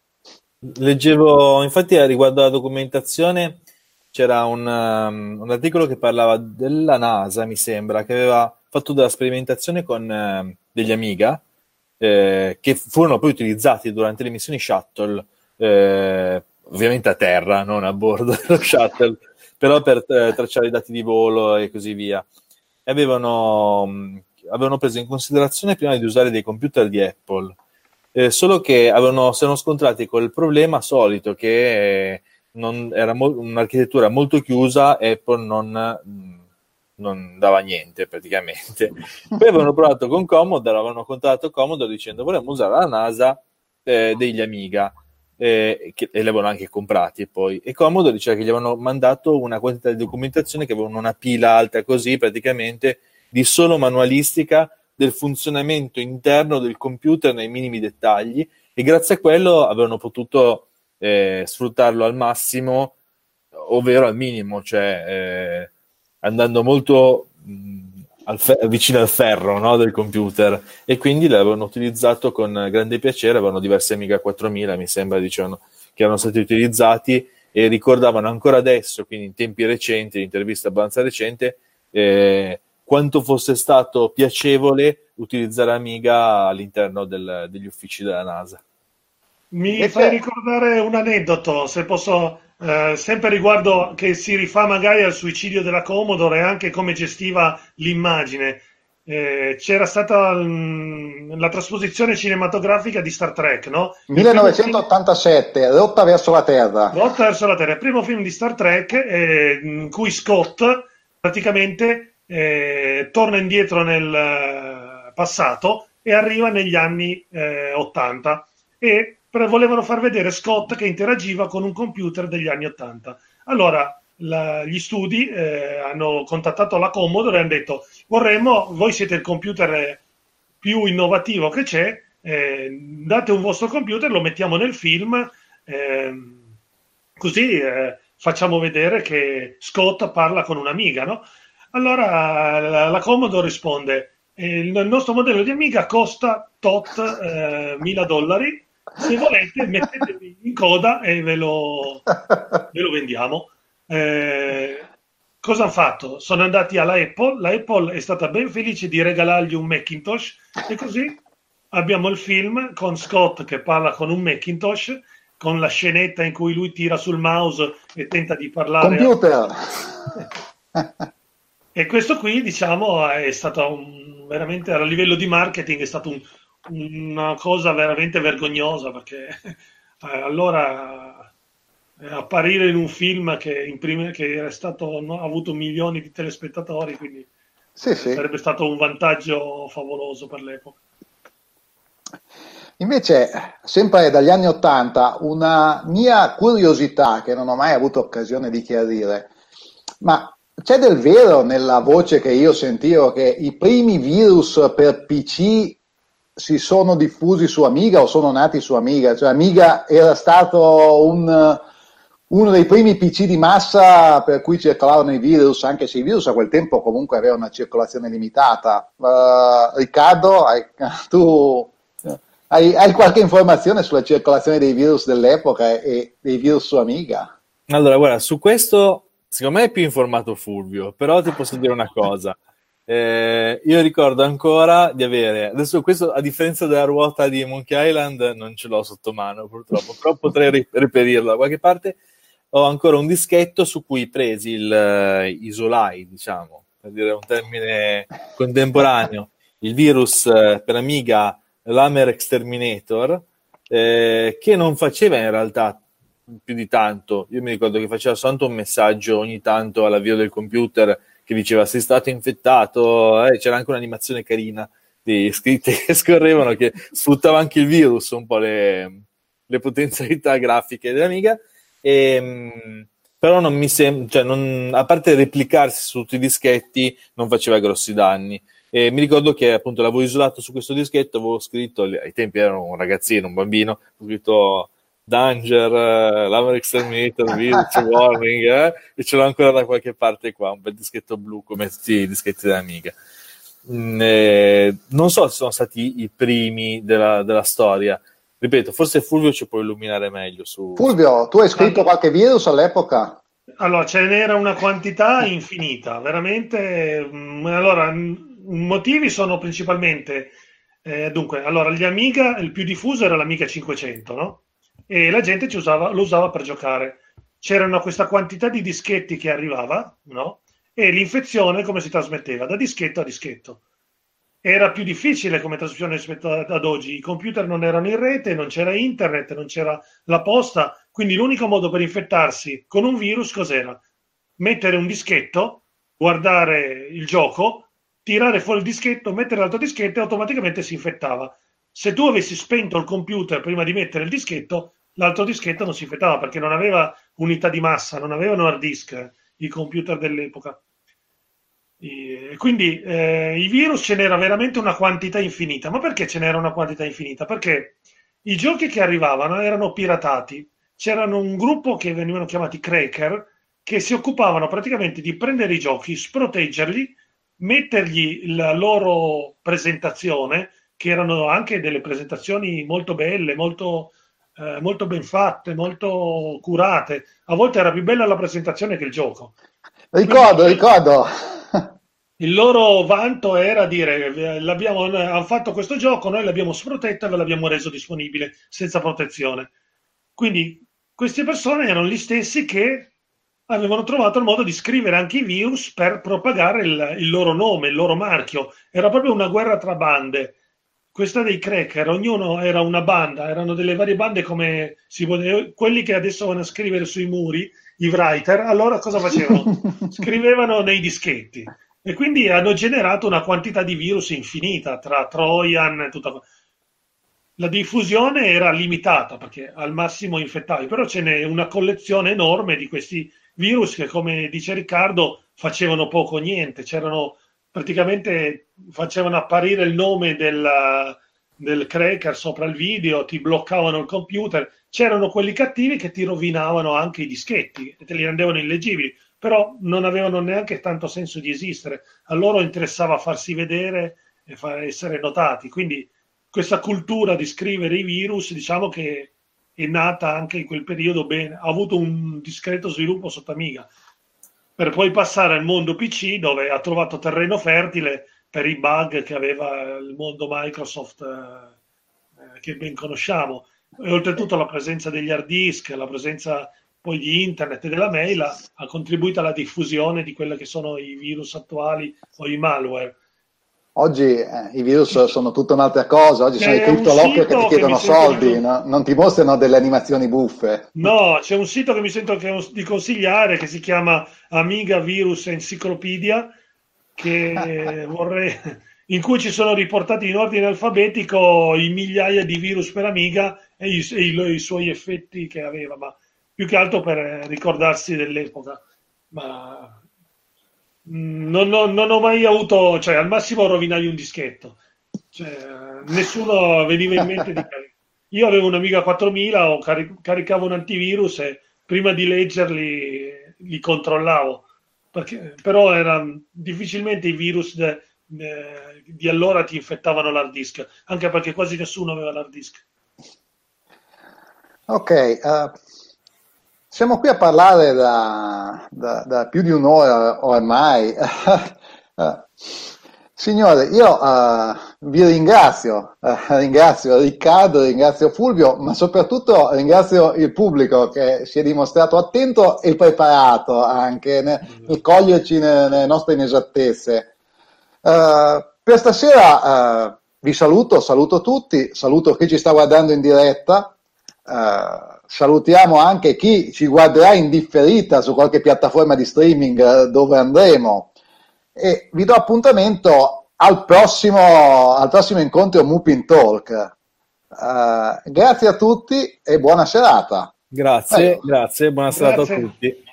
S2: Leggevo, infatti, a riguardo alla documentazione, c'era un, um, un articolo che parlava della NASA, mi sembra, che aveva fatto della sperimentazione con uh, degli Amiga, eh, che furono poi utilizzati durante le missioni shuttle, eh, ovviamente a terra, non a bordo dello shuttle, però per eh, tracciare i dati di volo e così via. E avevano, mh, avevano preso in considerazione prima di usare dei computer di Apple, eh, solo che avevano, si erano scontrati col problema solito che eh, non, era mo- un'architettura molto chiusa, Apple non... Mh, non dava niente praticamente. Poi avevano provato con Commodore, avevano contattato Commodore dicendo: vorremmo usare la NASA eh, degli Amiga, eh, che, e li avevano anche comprati. E poi e Commodore diceva che gli avevano mandato una quantità di documentazione, che avevano una pila alta così praticamente di solo manualistica del funzionamento interno del computer nei minimi dettagli, e grazie a quello avevano potuto eh, sfruttarlo al massimo, ovvero al minimo, cioè eh, andando molto mh, al fe- vicino al ferro, no, del computer, e quindi l'avevano utilizzato con grande piacere. Avevano diversi Amiga quattromila, mi sembra, dicevano, che erano stati utilizzati, e ricordavano ancora adesso, quindi in tempi recenti, in intervista abbastanza recente, eh, quanto fosse stato piacevole utilizzare Amiga all'interno del, degli uffici della NASA.
S3: Mi fai ricordare un aneddoto, se posso, eh, sempre riguardo, che si rifà magari al suicidio della Commodore e anche come gestiva l'immagine. eh, c'era stata mh, la trasposizione cinematografica di Star Trek, no?
S1: millenovecentottantasette, film... Rotta verso la Terra.
S3: Rotta verso la Terra, il primo film di Star Trek eh, in cui Scott praticamente eh, torna indietro nel passato e arriva negli anni eh, ottanta e volevano far vedere Scott che interagiva con un computer degli anni ottanta. Allora la, gli studi eh, hanno contattato la Commodore e hanno detto: vorremmo, voi siete il computer più innovativo che c'è, eh, date un vostro computer, lo mettiamo nel film, eh, così eh, facciamo vedere che Scott parla con un'amiga, no? Allora la, la Commodore risponde: eh, il nostro modello di Amiga costa tot eh, mila dollari, se volete mettetevi in coda e ve lo, ve lo vendiamo. Eh, cosa hanno fatto? Sono andati alla Apple, la Apple è stata ben felice di regalargli un Macintosh e così abbiamo il film con Scott che parla con un Macintosh, con la scenetta in cui lui tira sul mouse e tenta di parlare
S1: computer.
S3: A... e questo qui, diciamo, è stato un, veramente a livello di marketing è stato un, una cosa veramente vergognosa, perché eh, allora apparire in un film che, in prime, che è stato, no, ha avuto milioni di telespettatori, quindi
S1: sì, sì.
S3: sarebbe stato un vantaggio favoloso per l'epoca.
S1: Invece, sempre dagli anni Ottanta, una mia curiosità che non ho mai avuto occasione di chiarire, ma c'è del vero nella voce che io sentivo che i primi virus per P C si sono diffusi su Amiga o sono nati su Amiga? Cioè Amiga era stato un... uno dei primi P C di massa per cui circolavano i virus, anche se i virus a quel tempo comunque avevano una circolazione limitata. Uh, Riccardo, hai, tu hai, hai qualche informazione sulla circolazione dei virus dell'epoca e dei virus su Amiga?
S2: Allora, guarda, su questo secondo me è più informato Fulvio, però ti posso dire una cosa. Eh, io ricordo ancora di avere, adesso questo a differenza della ruota di Monkey Island non ce l'ho sotto mano purtroppo, però potrei reperirlo da qualche parte. Ho ancora un dischetto su cui presi il uh, isolai, diciamo, per dire un termine contemporaneo, il virus uh, per Amiga Lamer Exterminator, eh, che non faceva in realtà più di tanto. Io mi ricordo che faceva soltanto un messaggio ogni tanto all'avvio del computer che diceva sei stato infettato, eh, c'era anche un'animazione carina di scritte che scorrevano che sfruttava anche il virus, un po' le, le potenzialità grafiche dell'Amiga. E, però non mi sembra, cioè non, a parte replicarsi su tutti i dischetti, non faceva grossi danni. E mi ricordo che appunto l'avevo isolato su questo dischetto, avevo scritto, ai tempi ero un ragazzino, un bambino, ho scritto Danger, uh, Lamer Exterminator, Virus Warning, eh? E ce l'ho ancora da qualche parte qua, un bel dischetto blu come tutti i dischetti dell'Amiga. Mm, eh, non so se sono stati i primi della, della storia. Ripeto, forse Fulvio ci può illuminare meglio su...
S1: Fulvio, tu hai scritto qualche virus all'epoca?
S3: Allora, ce n'era una quantità infinita, veramente. Allora, i motivi sono principalmente... Eh, dunque, allora, gli Amiga, il più diffuso era l'Amiga cinquecento, no? E la gente ci usava, lo usava per giocare. C'erano questa quantità di dischetti che arrivava, no? E l'infezione come si trasmetteva? Da dischetto a dischetto. Era più difficile come trasmissione rispetto ad oggi, i computer non erano in rete, non c'era internet, non c'era la posta, quindi l'unico modo per infettarsi con un virus cos'era? Mettere un dischetto, guardare il gioco, tirare fuori il dischetto, mettere l'altro dischetto e automaticamente si infettava. Se tu avessi spento il computer prima di mettere il dischetto, l'altro dischetto non si infettava perché non aveva unità di massa, non avevano hard disk eh, i computer dell'epoca. E quindi eh, i virus ce n'era veramente una quantità infinita. Ma perché ce n'era una quantità infinita? Perché i giochi che arrivavano erano piratati. C'erano un gruppo che venivano chiamati cracker che si occupavano praticamente di prendere i giochi, sproteggerli, mettergli la loro presentazione, che erano anche delle presentazioni molto belle, molto, eh, molto ben fatte, molto curate. A volte era più bella la presentazione che il gioco.
S1: Ricordo, Quindi, ricordo.
S3: Il loro vanto era dire l'abbiamo, hanno fatto questo gioco, noi l'abbiamo sprotetto e ve l'abbiamo reso disponibile senza protezione. Quindi queste persone erano gli stessi che avevano trovato il modo di scrivere anche i virus per propagare il, il loro nome, il loro marchio. Era proprio una guerra tra bande. Questa dei cracker, ognuno era una banda, erano delle varie bande come si poteva, quelli che adesso vanno a scrivere sui muri, i writer, allora cosa facevano? Scrivevano nei dischetti e quindi hanno generato una quantità di virus infinita tra Trojan e tutta. La diffusione era limitata perché al massimo infettavi, però ce n'è una collezione enorme di questi virus che, come dice Riccardo, facevano poco o niente, c'erano praticamente facevano apparire il nome del, del cracker sopra il video, ti bloccavano il computer. C'erano quelli cattivi che ti rovinavano anche i dischetti e te li rendevano illeggibili, però non avevano neanche tanto senso di esistere. A loro interessava farsi vedere e far essere notati. Quindi questa cultura di scrivere i virus, diciamo che è nata anche in quel periodo bene, ha avuto un discreto sviluppo sotto Amiga, per poi passare al mondo P C dove ha trovato terreno fertile per i bug che aveva il mondo Microsoft eh, che ben conosciamo. E oltretutto la presenza degli hard disk, la presenza poi di internet e della mail ha, ha contribuito alla diffusione di quelli che sono i virus attuali o i malware.
S1: Oggi eh, i virus sono tutta un'altra cosa, oggi sono
S3: C'è
S1: i cryptolocker che ti chiedono
S3: che
S1: soldi,
S3: di...
S1: no? Non ti mostrano delle animazioni buffe.
S3: No, c'è un sito che mi sento che, di consigliare che si chiama Amiga Virus Encyclopedia, che vorrei, in cui ci sono riportati in ordine alfabetico i migliaia di virus per Amiga e i, e i, i suoi effetti che aveva, ma più che altro per ricordarsi dell'epoca. Ma non, non, non ho mai avuto, cioè al massimo rovinavi un dischetto, cioè, nessuno veniva in mente di caricare. Io avevo un Amiga quattromila, o caric- caricavo un antivirus e prima di leggerli li controllavo, perché, però era, difficilmente i virus de, de, di allora ti infettavano l'hard disk, anche perché quasi nessuno aveva l'hard disk.
S1: Ok, uh, siamo qui a parlare da, da, da più di un'ora ormai. uh, Signore, io uh, vi ringrazio, uh, ringrazio Riccardo, ringrazio Fulvio, ma soprattutto ringrazio il pubblico che si è dimostrato attento e preparato anche nel, nel coglierci nelle, nelle nostre inesattezze. Uh, per stasera uh, vi saluto, saluto tutti, saluto chi ci sta guardando in diretta, uh, salutiamo anche chi ci guarderà in differita su qualche piattaforma di streaming uh, dove andremo. E vi do appuntamento al prossimo, al prossimo incontro Mupin Talk. Uh, grazie a tutti e buona serata.
S2: Grazie,
S1: Prego.
S2: grazie, buona serata
S3: Grazie.
S2: a tutti.